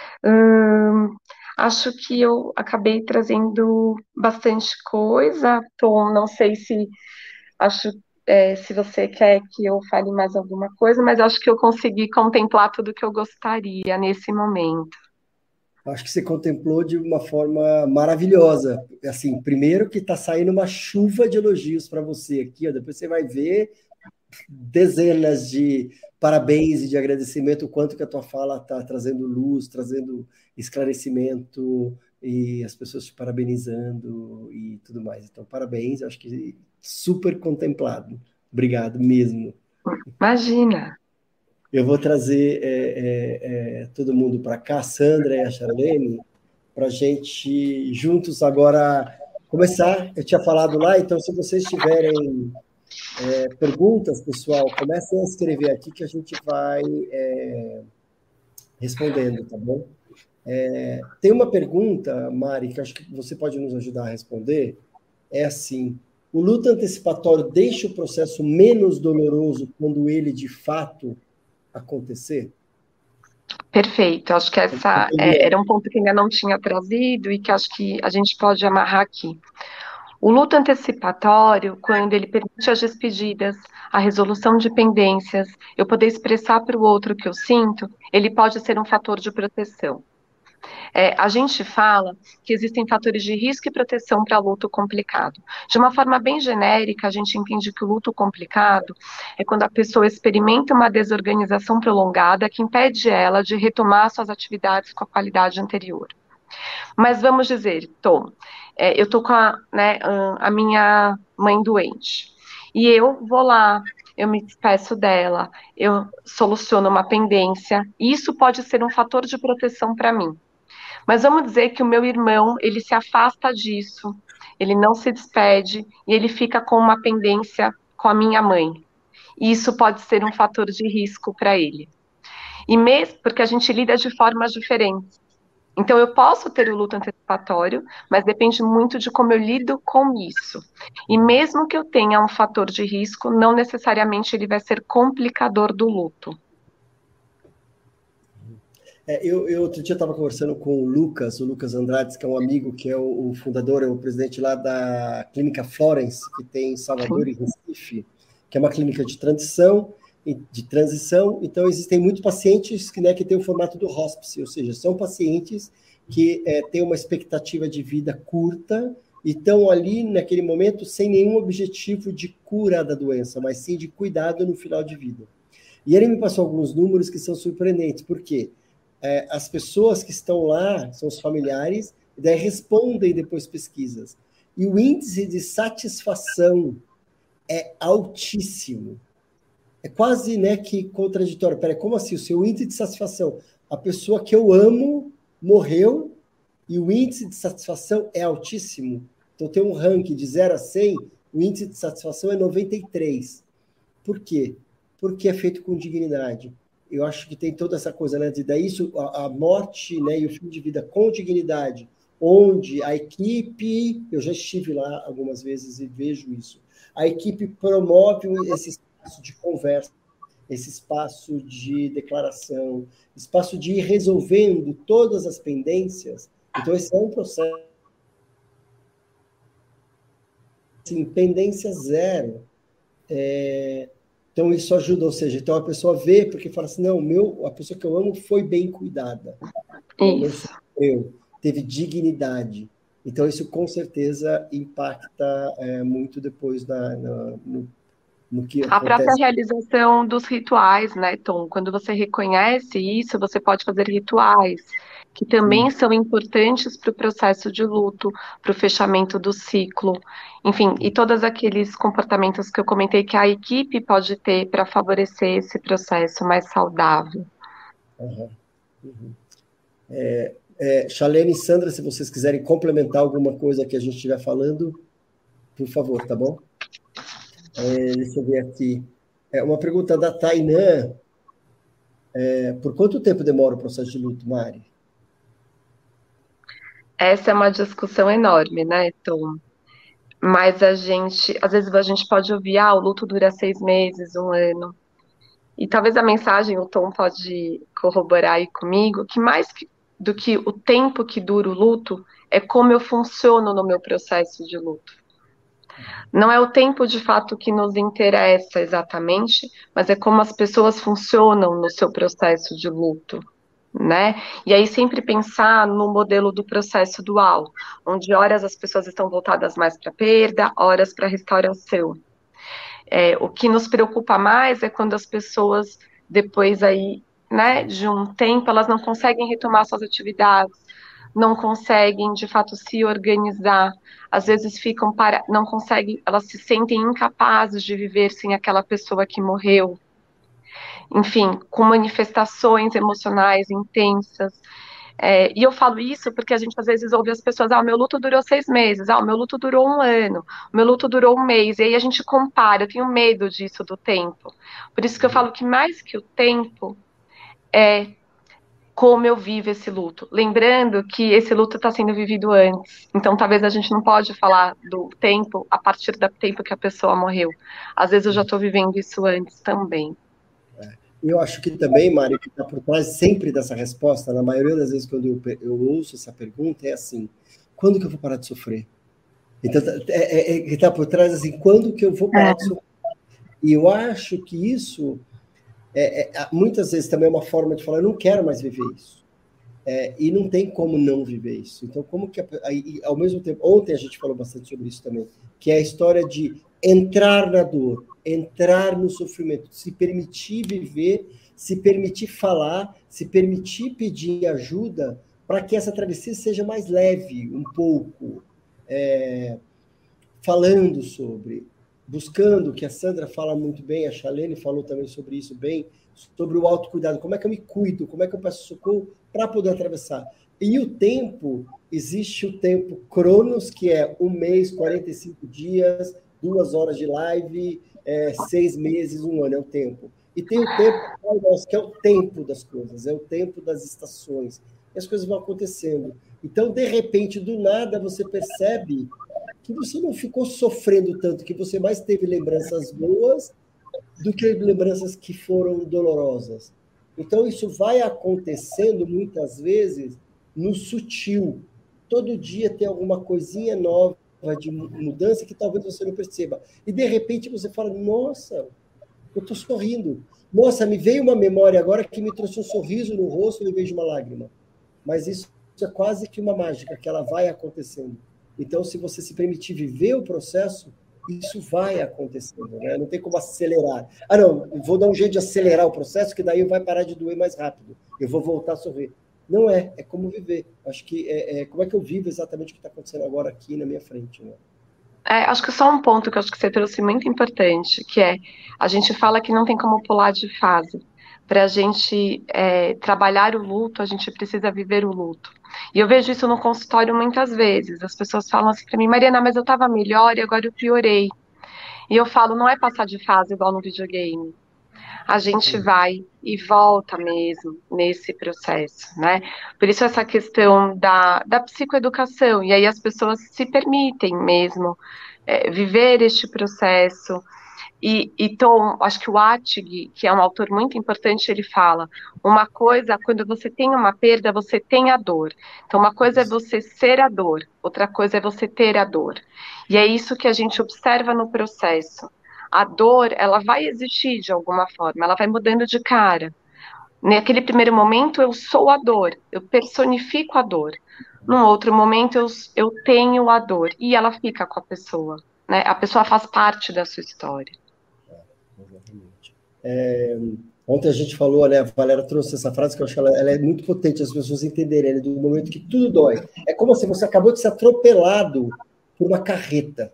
Hum, acho que eu acabei trazendo bastante coisa, Tom, não sei se acho é, se você quer que eu fale mais alguma coisa, mas acho que eu consegui contemplar tudo que eu gostaria nesse momento. Acho que você contemplou de uma forma maravilhosa. Assim, primeiro que está saindo uma chuva de elogios para você aqui, ó, depois você vai ver dezenas de parabéns e de agradecimento, o quanto que a tua fala está trazendo luz, trazendo esclarecimento, e as pessoas te parabenizando e tudo mais. Então, parabéns, acho que super contemplado. Obrigado mesmo. Imagina. Eu vou trazer é, é, é, todo mundo para cá, a Sandra e a Charlene, para a gente juntos agora começar. Eu tinha falado lá, então se vocês tiverem É, perguntas, pessoal, comecem a escrever aqui que a gente vai é, respondendo, tá bom? É, tem uma pergunta, Mari, que acho que você pode nos ajudar a responder. É assim: o luto antecipatório deixa o processo menos doloroso quando ele de fato acontecer? Perfeito, acho que essa é, era um ponto que ainda não tinha trazido e que acho que a gente pode amarrar aqui. O luto antecipatório, quando ele permite as despedidas, a resolução de pendências, eu poder expressar para o outro o que eu sinto, ele pode ser um fator de proteção. É, a gente fala que existem fatores de risco e proteção para luto complicado. De uma forma bem genérica, a gente entende que o luto complicado é quando a pessoa experimenta uma desorganização prolongada que impede ela de retomar suas atividades com a qualidade anterior. Mas vamos dizer, Tom, é, eu tô com a, né, a minha mãe doente, e eu vou lá, eu me despeço dela, eu soluciono uma pendência, e isso pode ser um fator de proteção para mim. Mas vamos dizer que o meu irmão, ele se afasta disso, ele não se despede, e ele fica com uma pendência com a minha mãe. E isso pode ser um fator de risco para ele. E mesmo porque a gente lida de formas diferentes. Então, eu posso ter o luto antecipatório, mas depende muito de como eu lido com isso. E mesmo que eu tenha um fator de risco, não necessariamente ele vai ser complicador do luto. É, eu, eu outro dia estava conversando com o Lucas, o Lucas Andrade, que é um amigo, que é o, o fundador, é o presidente lá da Clínica Florence, que tem em Salvador Sim. e Recife, que é uma clínica de transição, de transição. Então, existem muitos pacientes que, né, que têm o formato do hospice, ou seja, são pacientes que é, têm uma expectativa de vida curta e estão ali, naquele momento, sem nenhum objetivo de cura da doença, mas sim de cuidado no final de vida. E ele me passou alguns números que são surpreendentes, por quê? É, as pessoas que estão lá são os familiares, e daí respondem depois pesquisas. E o índice de satisfação é altíssimo. É quase, né, que contraditório. Peraí, como assim? O seu índice de satisfação? A pessoa que eu amo morreu e o índice de satisfação é altíssimo. Então, tem um ranking de zero a cem, o índice de satisfação é noventa e três. Por quê? Porque é feito com dignidade. Eu acho que tem toda essa coisa, né, de daí isso, a, a morte, né, e o fim de vida com dignidade, onde a equipe, eu já estive lá algumas vezes e vejo isso, a equipe promove esse espaço de conversa, esse espaço de declaração, espaço de ir resolvendo todas as pendências. Então, esse é um processo, assim, pendência zero. É... Então, isso ajuda, ou seja, então a pessoa vê, porque fala assim, não, meu, a pessoa que eu amo foi bem cuidada. Não sofreu, teve dignidade. Então, isso com certeza impacta é, muito depois na, na, no, no que acontece. A própria realização dos rituais, né, Tom? Quando você reconhece isso, você pode fazer rituais que também Sim. são importantes para o processo de luto, para o fechamento do ciclo, enfim, e todos aqueles comportamentos que eu comentei que a equipe pode ter para favorecer esse processo mais saudável. Uhum. Uhum. É, é, Chalene e Sandra, se vocês quiserem complementar alguma coisa que a gente estiver falando, por favor, tá bom? É, deixa eu ver aqui. É, uma pergunta da Tainã. É, por quanto tempo demora o processo de luto, Mari? Essa é uma discussão enorme, né, Tom? Mas a gente, às vezes a gente pode ouvir, ah, o luto dura seis meses, um ano. E talvez a mensagem, o Tom pode corroborar aí comigo, que mais que, do que o tempo que dura o luto, é como eu funciono no meu processo de luto. Não é o tempo de fato que nos interessa exatamente, mas é como as pessoas funcionam no seu processo de luto. Né? E aí sempre pensar no modelo do processo dual, onde horas as pessoas estão voltadas mais para perda, horas para restauração. É, o que nos preocupa mais é quando as pessoas depois aí, né, de um tempo, elas não conseguem retomar suas atividades, não conseguem de fato se organizar, às vezes ficam para, não conseguem, elas se sentem incapazes de viver sem aquela pessoa que morreu. Enfim, com manifestações emocionais intensas. É, e eu falo isso porque a gente às vezes ouve as pessoas, ah, o meu luto durou seis meses, ah, o meu luto durou um ano, o meu luto durou um mês, e aí a gente compara, eu tenho medo disso do tempo. Por isso que eu falo que mais que o tempo é como eu vivo esse luto. Lembrando que esse luto está sendo vivido antes. Então, talvez a gente não pode falar do tempo a partir do tempo que a pessoa morreu. Às vezes eu já estou vivendo isso antes também. Eu acho que também, Mari, que está por trás sempre dessa resposta, na maioria das vezes quando eu, eu ouço essa pergunta, é assim, quando que eu vou parar de sofrer? Então, é, é, é, está por trás assim, quando que eu vou parar é. de sofrer? E eu acho que isso, é, é, muitas vezes também é uma forma de falar, eu não quero mais viver isso. É, e não tem como não viver isso. Então, como que... Aí, ao mesmo tempo, ontem a gente falou bastante sobre isso também, que é a história de entrar na dor, entrar no sofrimento, se permitir viver, se permitir falar, se permitir pedir ajuda para que essa travessia seja mais leve, um pouco, é, falando sobre, buscando, que a Sandra fala muito bem, a Chalene falou também sobre isso bem, sobre o autocuidado, como é que eu me cuido, como é que eu peço socorro para poder atravessar. E o tempo, existe o tempo Cronos, que é um mês, quarenta e cinco dias, duas horas de live, é, seis meses, um ano, é o tempo. E tem o tempo, que é o tempo das coisas, é o tempo das estações. E as coisas vão acontecendo. Então, de repente, do nada, você percebe que você não ficou sofrendo tanto, que você mais teve lembranças boas do que lembranças que foram dolorosas. Então, isso vai acontecendo, muitas vezes, no sutil. Todo dia tem alguma coisinha nova de mudança que talvez você não perceba. E, de repente, você fala, nossa, eu estou sorrindo. Nossa, me veio uma memória agora que me trouxe um sorriso no rosto em vez de uma lágrima. Mas isso é quase que uma mágica, que ela vai acontecendo. Então, se você se permitir viver o processo, isso vai acontecendo, né? Não tem como acelerar. Ah, não, vou dar um jeito de acelerar o processo, que daí vai parar de doer mais rápido. Eu vou voltar a sorrir. Não é, é como viver. Acho que é, é como é que eu vivo exatamente o que está acontecendo agora aqui na minha frente, né? É, acho que só um ponto que eu acho que você trouxe muito importante, que é, a gente fala que não tem como pular de fase. Para a gente é, trabalhar o luto, a gente precisa viver o luto. E eu vejo isso no consultório muitas vezes. As pessoas falam assim para mim, Mariana, mas eu estava melhor e agora eu piorei. E eu falo, não é passar de fase igual no videogame. A gente vai e volta mesmo nesse processo, né? Por isso essa questão da, da psicoeducação, e aí as pessoas se permitem mesmo é, viver este processo. E, e Tom, acho que o Attig, que é um autor muito importante, ele fala, uma coisa, quando você tem uma perda, você tem a dor. Então, uma coisa é você ser a dor, outra coisa é você ter a dor. E é isso que a gente observa no processo. A dor, ela vai existir de alguma forma, ela vai mudando de cara. Naquele primeiro momento, eu sou a dor, eu personifico a dor. Num outro momento, eu, eu tenho a dor, e ela fica com a pessoa, né? A pessoa faz parte da sua história. Exatamente. É, ontem a gente falou, né, a Valéria trouxe essa frase que eu acho que ela, ela é muito potente, as pessoas entenderem, né, do momento que tudo dói. É como se você acabou de ser atropelado por uma carreta.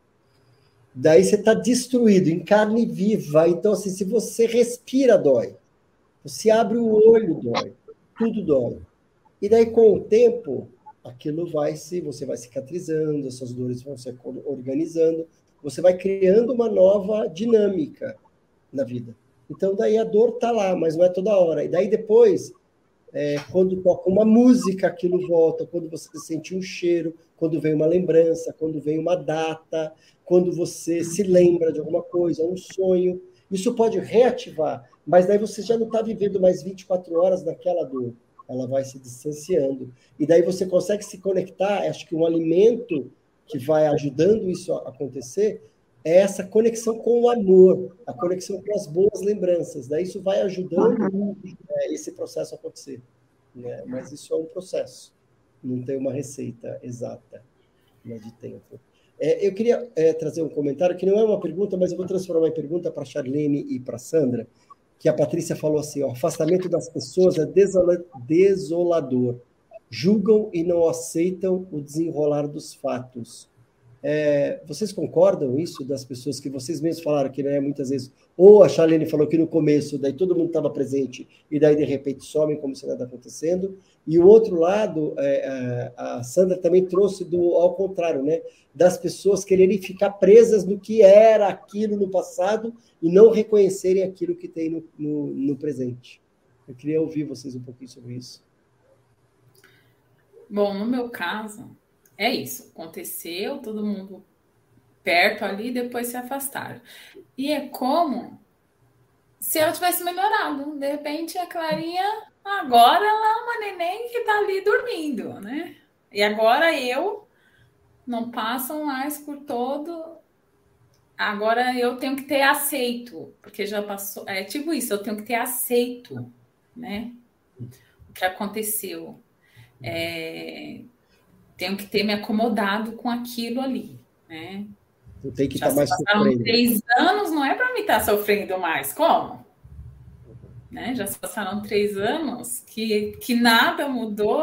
Daí você está destruído, em carne viva. Então, assim, se você respira, dói. Você abre o olho, dói. Tudo dói. E daí, com o tempo, aquilo vai se... Você vai cicatrizando, essas dores vão se organizando, você vai criando uma nova dinâmica na vida. Então, daí a dor está lá, mas não é toda hora. E daí, depois, é, quando toca uma música, aquilo volta. Quando você sente um cheiro, quando vem uma lembrança, quando vem uma data, quando você se lembra de alguma coisa, um sonho. Isso pode reativar, mas daí você já não está vivendo mais vinte e quatro horas naquela dor. Ela vai se distanciando. E daí você consegue se conectar. Acho que um alimento que vai ajudando isso a acontecer é essa conexão com o amor, a conexão com as boas lembranças. Daí isso vai ajudando é, esse processo a acontecer. Né? Mas isso é um processo. Não tem uma receita exata, né, de tempo. É, eu queria é, trazer um comentário que não é uma pergunta, mas eu vou transformar em pergunta para a Charlene e para a Sandra, que a Patrícia falou assim, o afastamento das pessoas é desola, desolador. Julgam e não aceitam o desenrolar dos fatos. É, vocês concordam isso das pessoas que vocês mesmos falaram que, né, muitas vezes, ou a Charlene falou que no começo, daí todo mundo estava presente e daí de repente somem como se nada acontecendo, e o outro lado, é, a Sandra também trouxe do, ao contrário, né, das pessoas quererem ficar presas no que era aquilo no passado e não reconhecerem aquilo que tem no, no, no presente. Eu queria ouvir vocês um pouquinho sobre isso. Bom, no meu caso, é isso. Aconteceu, todo mundo perto ali, depois se afastaram. E é como se ela tivesse melhorado. De repente, a Clarinha, agora ela é uma neném que tá ali dormindo, né? E agora eu não passo mais por todo... Agora eu tenho que ter aceito, porque já passou... É tipo isso, eu tenho que ter aceito, né? O que aconteceu. É... Tenho que ter me acomodado com aquilo ali, né? Tu tem que Já estar mais passaram sofrendo. três anos, não é para mim estar sofrendo mais. Como? Né? Já se passaram três anos que, que nada mudou,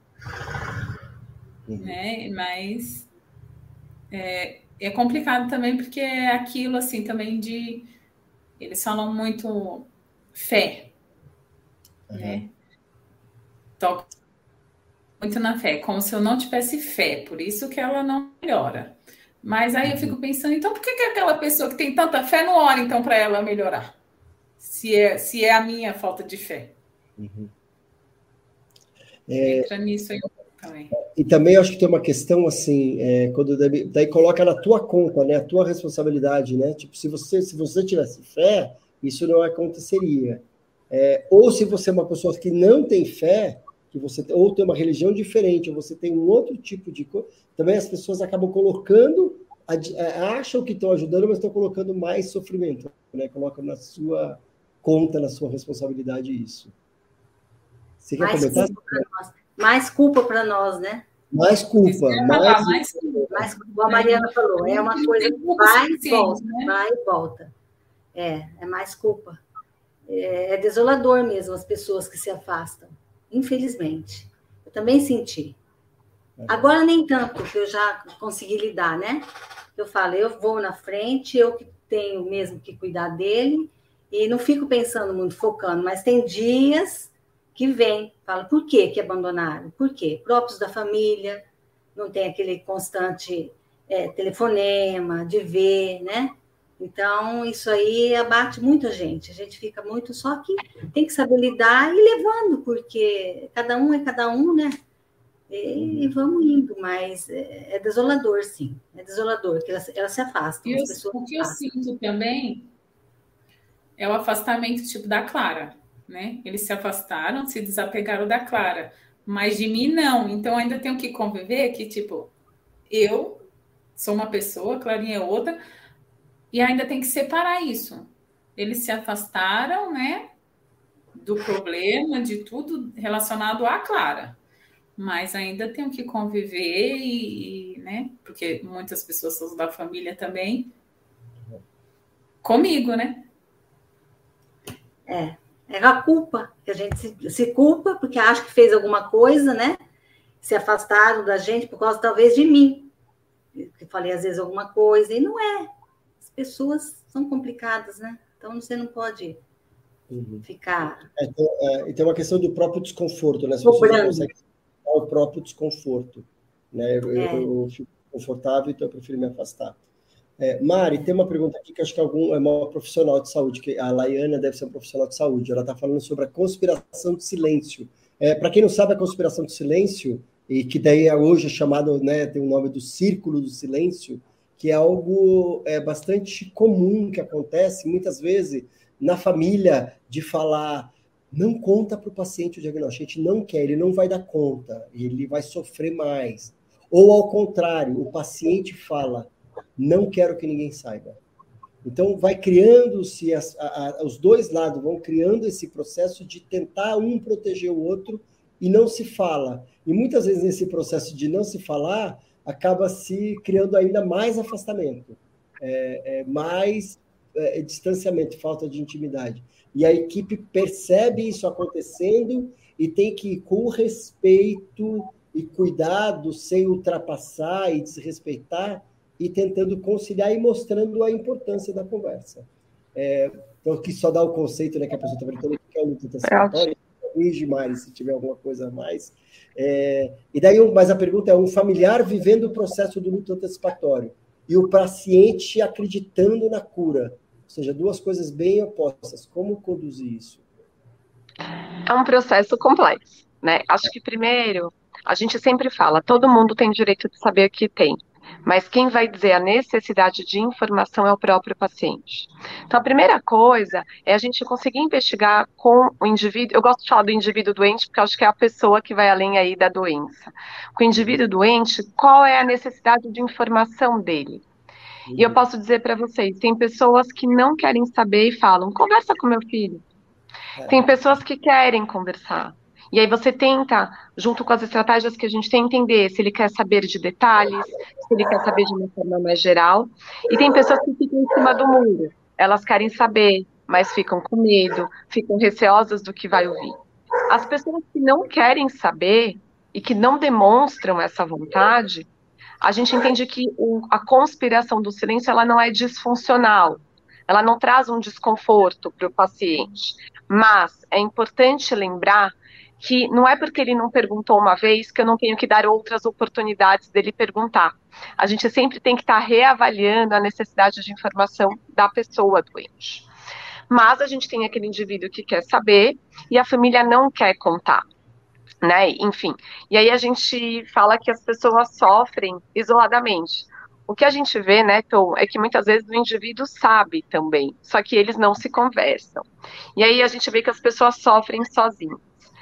Uhum. né? Mas é, é complicado também porque é aquilo assim também de... Eles falam muito fé, Uhum. né? Toca muito na fé, como se eu não tivesse fé, por isso que ela não melhora. Mas aí eu fico pensando, então por que, que aquela pessoa que tem tanta fé não ora então para ela melhorar? Se é, se é a minha falta de fé. Uhum. É, Entra nisso aí também. e também eu acho que tem uma questão assim, é, quando daí, daí coloca na tua conta, né, a tua responsabilidade, né? Tipo, se você, se você tivesse fé, isso não aconteceria. É, ou se você é uma pessoa que não tem fé, que você ou tem uma religião diferente, ou você tem um outro tipo de coisa, também as pessoas acabam colocando, acham que estão ajudando, mas estão colocando mais sofrimento, né? Colocam na sua conta, na sua responsabilidade isso. Você quer mais comentar? Culpa pra nós. Mais culpa para nós, né? Mais culpa. Mais, Mais, mais culpa. A Mariana falou, é uma coisa que vai e volta, né? vai e volta. É, é mais culpa. É, é desolador mesmo as pessoas que se afastam. Infelizmente. Eu também senti. Agora nem tanto, que eu já consegui lidar, né? Eu falo, eu vou na frente, eu que tenho mesmo que cuidar dele, e não fico pensando muito, focando, mas tem dias que vem, falo, por que que abandonaram? Por quê? Próprios da família, não tem aquele constante é, telefonema, de ver, né? Então, isso aí abate muita gente. A gente fica muito... Só que tem que saber lidar e levando, porque cada um é cada um, né? E, e vamos indo, mas é, é desolador, sim. É desolador, que elas, elas se afastam. Eu, as pessoas o que eu sinto também é o afastamento tipo da Clara, né? Eles se afastaram, se desapegaram da Clara, mas de mim não. Então, ainda tenho que conviver que, tipo, eu sou uma pessoa, a Clarinha é outra... E ainda tem que separar isso. Eles se afastaram, né, do problema, de tudo relacionado à Clara. Mas ainda tenho que conviver e, e né, porque muitas pessoas são da família também, comigo, né? É, é a culpa, que a gente se, se culpa porque acha que fez alguma coisa, né? Se afastaram da gente por causa, talvez, de mim. Que falei, às vezes, alguma coisa, e não é. Pessoas são complicadas, né? Então você não pode uhum. ficar. É, então, é, tem uma questão do próprio desconforto, né? As pessoas não conseguem o próprio desconforto, né? Eu, é. eu, eu fico confortável, então eu prefiro me afastar. É, Mari, tem uma pergunta aqui que acho que algum, é uma profissional de saúde, que a Laiana deve ser uma profissional de saúde. Ela está falando sobre a conspiração do silêncio. É, para quem não sabe, a conspiração do silêncio, e que daí hoje é chamado, né? Tem o nome do círculo do silêncio, que é algo é, bastante comum que acontece, muitas vezes, na família, de falar, não conta para o paciente o diagnóstico, a gente não quer, ele não vai dar conta, ele vai sofrer mais. Ou, ao contrário, o paciente fala, não quero que ninguém saiba. Então, vai criando-se, as, a, a, os dois lados vão criando esse processo de tentar um proteger o outro e não se fala. E muitas vezes, nesse processo de não se falar, acaba se criando ainda mais afastamento, é, é, mais é, distanciamento, falta de intimidade. E a equipe percebe isso acontecendo e tem que, com respeito e cuidado, sem ultrapassar e desrespeitar, e tentando conciliar e mostrando a importância da conversa. É, então, aqui só dá o conceito, né, que a pessoa está perguntando, que é o luto antecipatório. Corrige, Mari, se tiver alguma coisa a mais. É, e daí, mas a pergunta é, um familiar vivendo o processo do luto antecipatório e o paciente acreditando na cura. Ou seja, duas coisas bem opostas. Como conduzir isso? É um processo complexo, né? Acho que primeiro, a gente sempre fala, todo mundo tem direito de saber o que tem, mas quem vai dizer a necessidade de informação é o próprio paciente. Então, a primeira coisa é a gente conseguir investigar com o indivíduo, eu gosto de falar do indivíduo doente, porque eu acho que é a pessoa que vai além aí da doença. Com o indivíduo doente, qual é a necessidade de informação dele? E eu posso dizer para vocês, tem pessoas que não querem saber e falam, conversa com meu filho. Tem pessoas que querem conversar. E aí você tenta, junto com as estratégias que a gente tem, entender se ele quer saber de detalhes, se ele quer saber de uma forma mais geral. E tem pessoas que ficam em cima do muro. Elas querem saber, mas ficam com medo, ficam receosas do que vai ouvir. As pessoas que não querem saber e que não demonstram essa vontade, a gente entende que o, a conspiração do silêncio ela não é disfuncional. Ela não traz um desconforto para o paciente. Mas é importante lembrar que não é porque ele não perguntou uma vez que eu não tenho que dar outras oportunidades dele perguntar. A gente sempre tem que estar reavaliando a necessidade de informação da pessoa doente. Mas a gente tem aquele indivíduo que quer saber e a família não quer contar, né? Enfim, e aí a gente fala que as pessoas sofrem isoladamente. O que a gente vê, né, Tom, é que muitas vezes o indivíduo sabe também, só que eles não se conversam. E aí a gente vê que as pessoas sofrem sozinhas.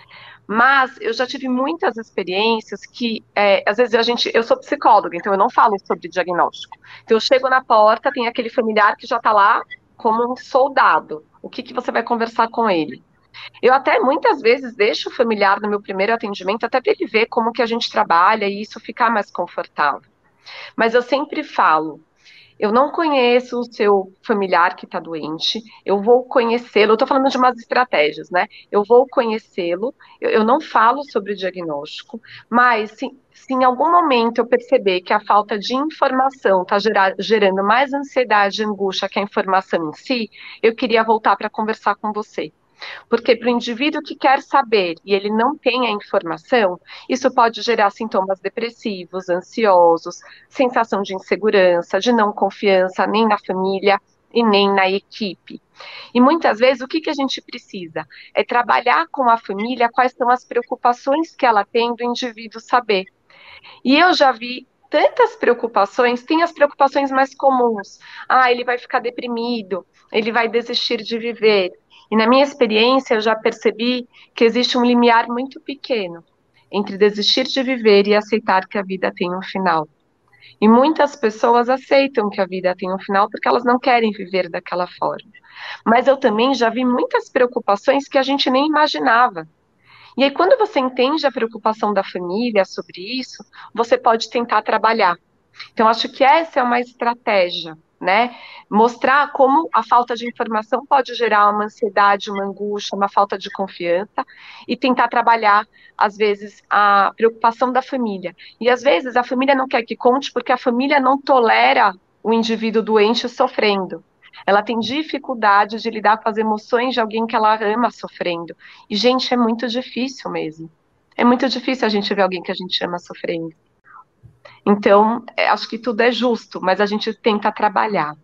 Mas eu já tive muitas experiências que, é, às vezes a gente, eu sou psicóloga, então eu não falo sobre diagnóstico. Então eu chego na porta, tem aquele familiar que já está lá como um soldado. O que, que você vai conversar com ele? Eu até muitas vezes deixo o familiar no meu primeiro atendimento, até para ele ver como que a gente trabalha e isso ficar mais confortável. Mas eu sempre falo, eu não conheço o seu familiar que está doente, eu vou conhecê-lo, eu estou falando de umas estratégias, né? Eu vou conhecê-lo, eu, eu não falo sobre o diagnóstico, mas se, se em algum momento eu perceber que a falta de informação está gerando mais ansiedade e angústia que a informação em si, eu queria voltar para conversar com você. Porque para o indivíduo que quer saber e ele não tem a informação, isso pode gerar sintomas depressivos, ansiosos, sensação de insegurança, de não confiança nem na família e nem na equipe. E muitas vezes o que, que a gente precisa? É trabalhar com a família quais são as preocupações que ela tem do indivíduo saber. E eu já vi tantas preocupações, tem as preocupações mais comuns. Ah, ele vai ficar deprimido, ele vai desistir de viver. E na minha experiência, eu já percebi que existe um limiar muito pequeno entre desistir de viver e aceitar que a vida tem um final. E muitas pessoas aceitam que a vida tem um final porque elas não querem viver daquela forma. Mas eu também já vi muitas preocupações que a gente nem imaginava. E aí, quando você entende a preocupação da família sobre isso, você pode tentar trabalhar. Então, acho que essa é uma estratégia, né? Mostrar como a falta de informação pode gerar uma ansiedade, uma angústia, uma falta de confiança e tentar trabalhar, às vezes, a preocupação da família. E, às vezes, a família não quer que conte porque a família não tolera o indivíduo doente sofrendo. Ela tem dificuldade de lidar com as emoções de alguém que ela ama sofrendo. E, gente, é muito difícil mesmo. É muito difícil a gente ver alguém que a gente ama sofrendo. Então, acho que tudo é justo, mas a gente tenta trabalhar.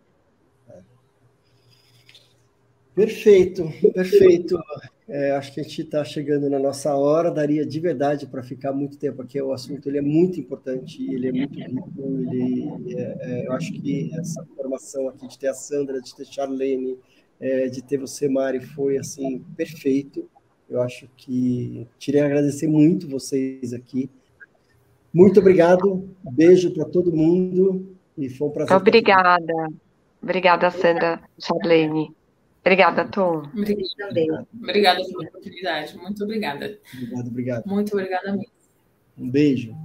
Perfeito, perfeito. É, acho que a gente está chegando na nossa hora, daria de verdade para ficar muito tempo aqui. O assunto ele é muito importante, ele é muito rico. Ele, é, é, eu acho que essa formação aqui de ter a Sandra, de ter Charlene, é, de ter você, Mari, foi assim perfeito. Eu acho que queria agradecer muito vocês aqui. Muito obrigado, beijo para todo mundo e foi um prazer. Obrigada, obrigada, Sandra, Charlene. Obrigada, Tom. Obrigada, obrigada pela oportunidade, muito obrigada. Obrigado, obrigado. Muito obrigada mesmo. Um beijo.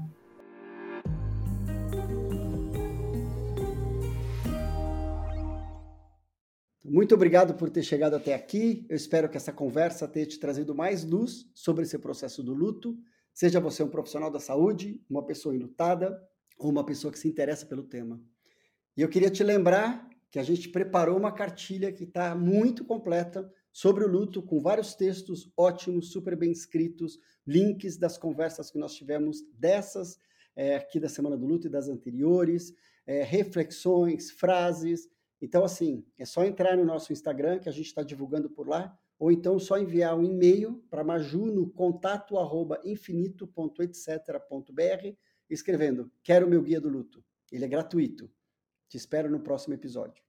Muito obrigado por ter chegado até aqui. Eu espero que essa conversa tenha te trazido mais luz sobre esse processo do luto. Seja você um profissional da saúde, uma pessoa enlutada ou uma pessoa que se interessa pelo tema. E eu queria te lembrar que a gente preparou uma cartilha que está muito completa sobre o luto, com vários textos ótimos, super bem escritos, links das conversas que nós tivemos dessas, é, aqui da Semana do Luto e das anteriores, é, reflexões, frases. Então, assim, é só entrar no nosso Instagram, que a gente está divulgando por lá, ou então só enviar um e-mail para Maju no contato arroba infinito ponto etc ponto br, escrevendo: quero o meu guia do luto. Ele é gratuito. Te espero no próximo episódio.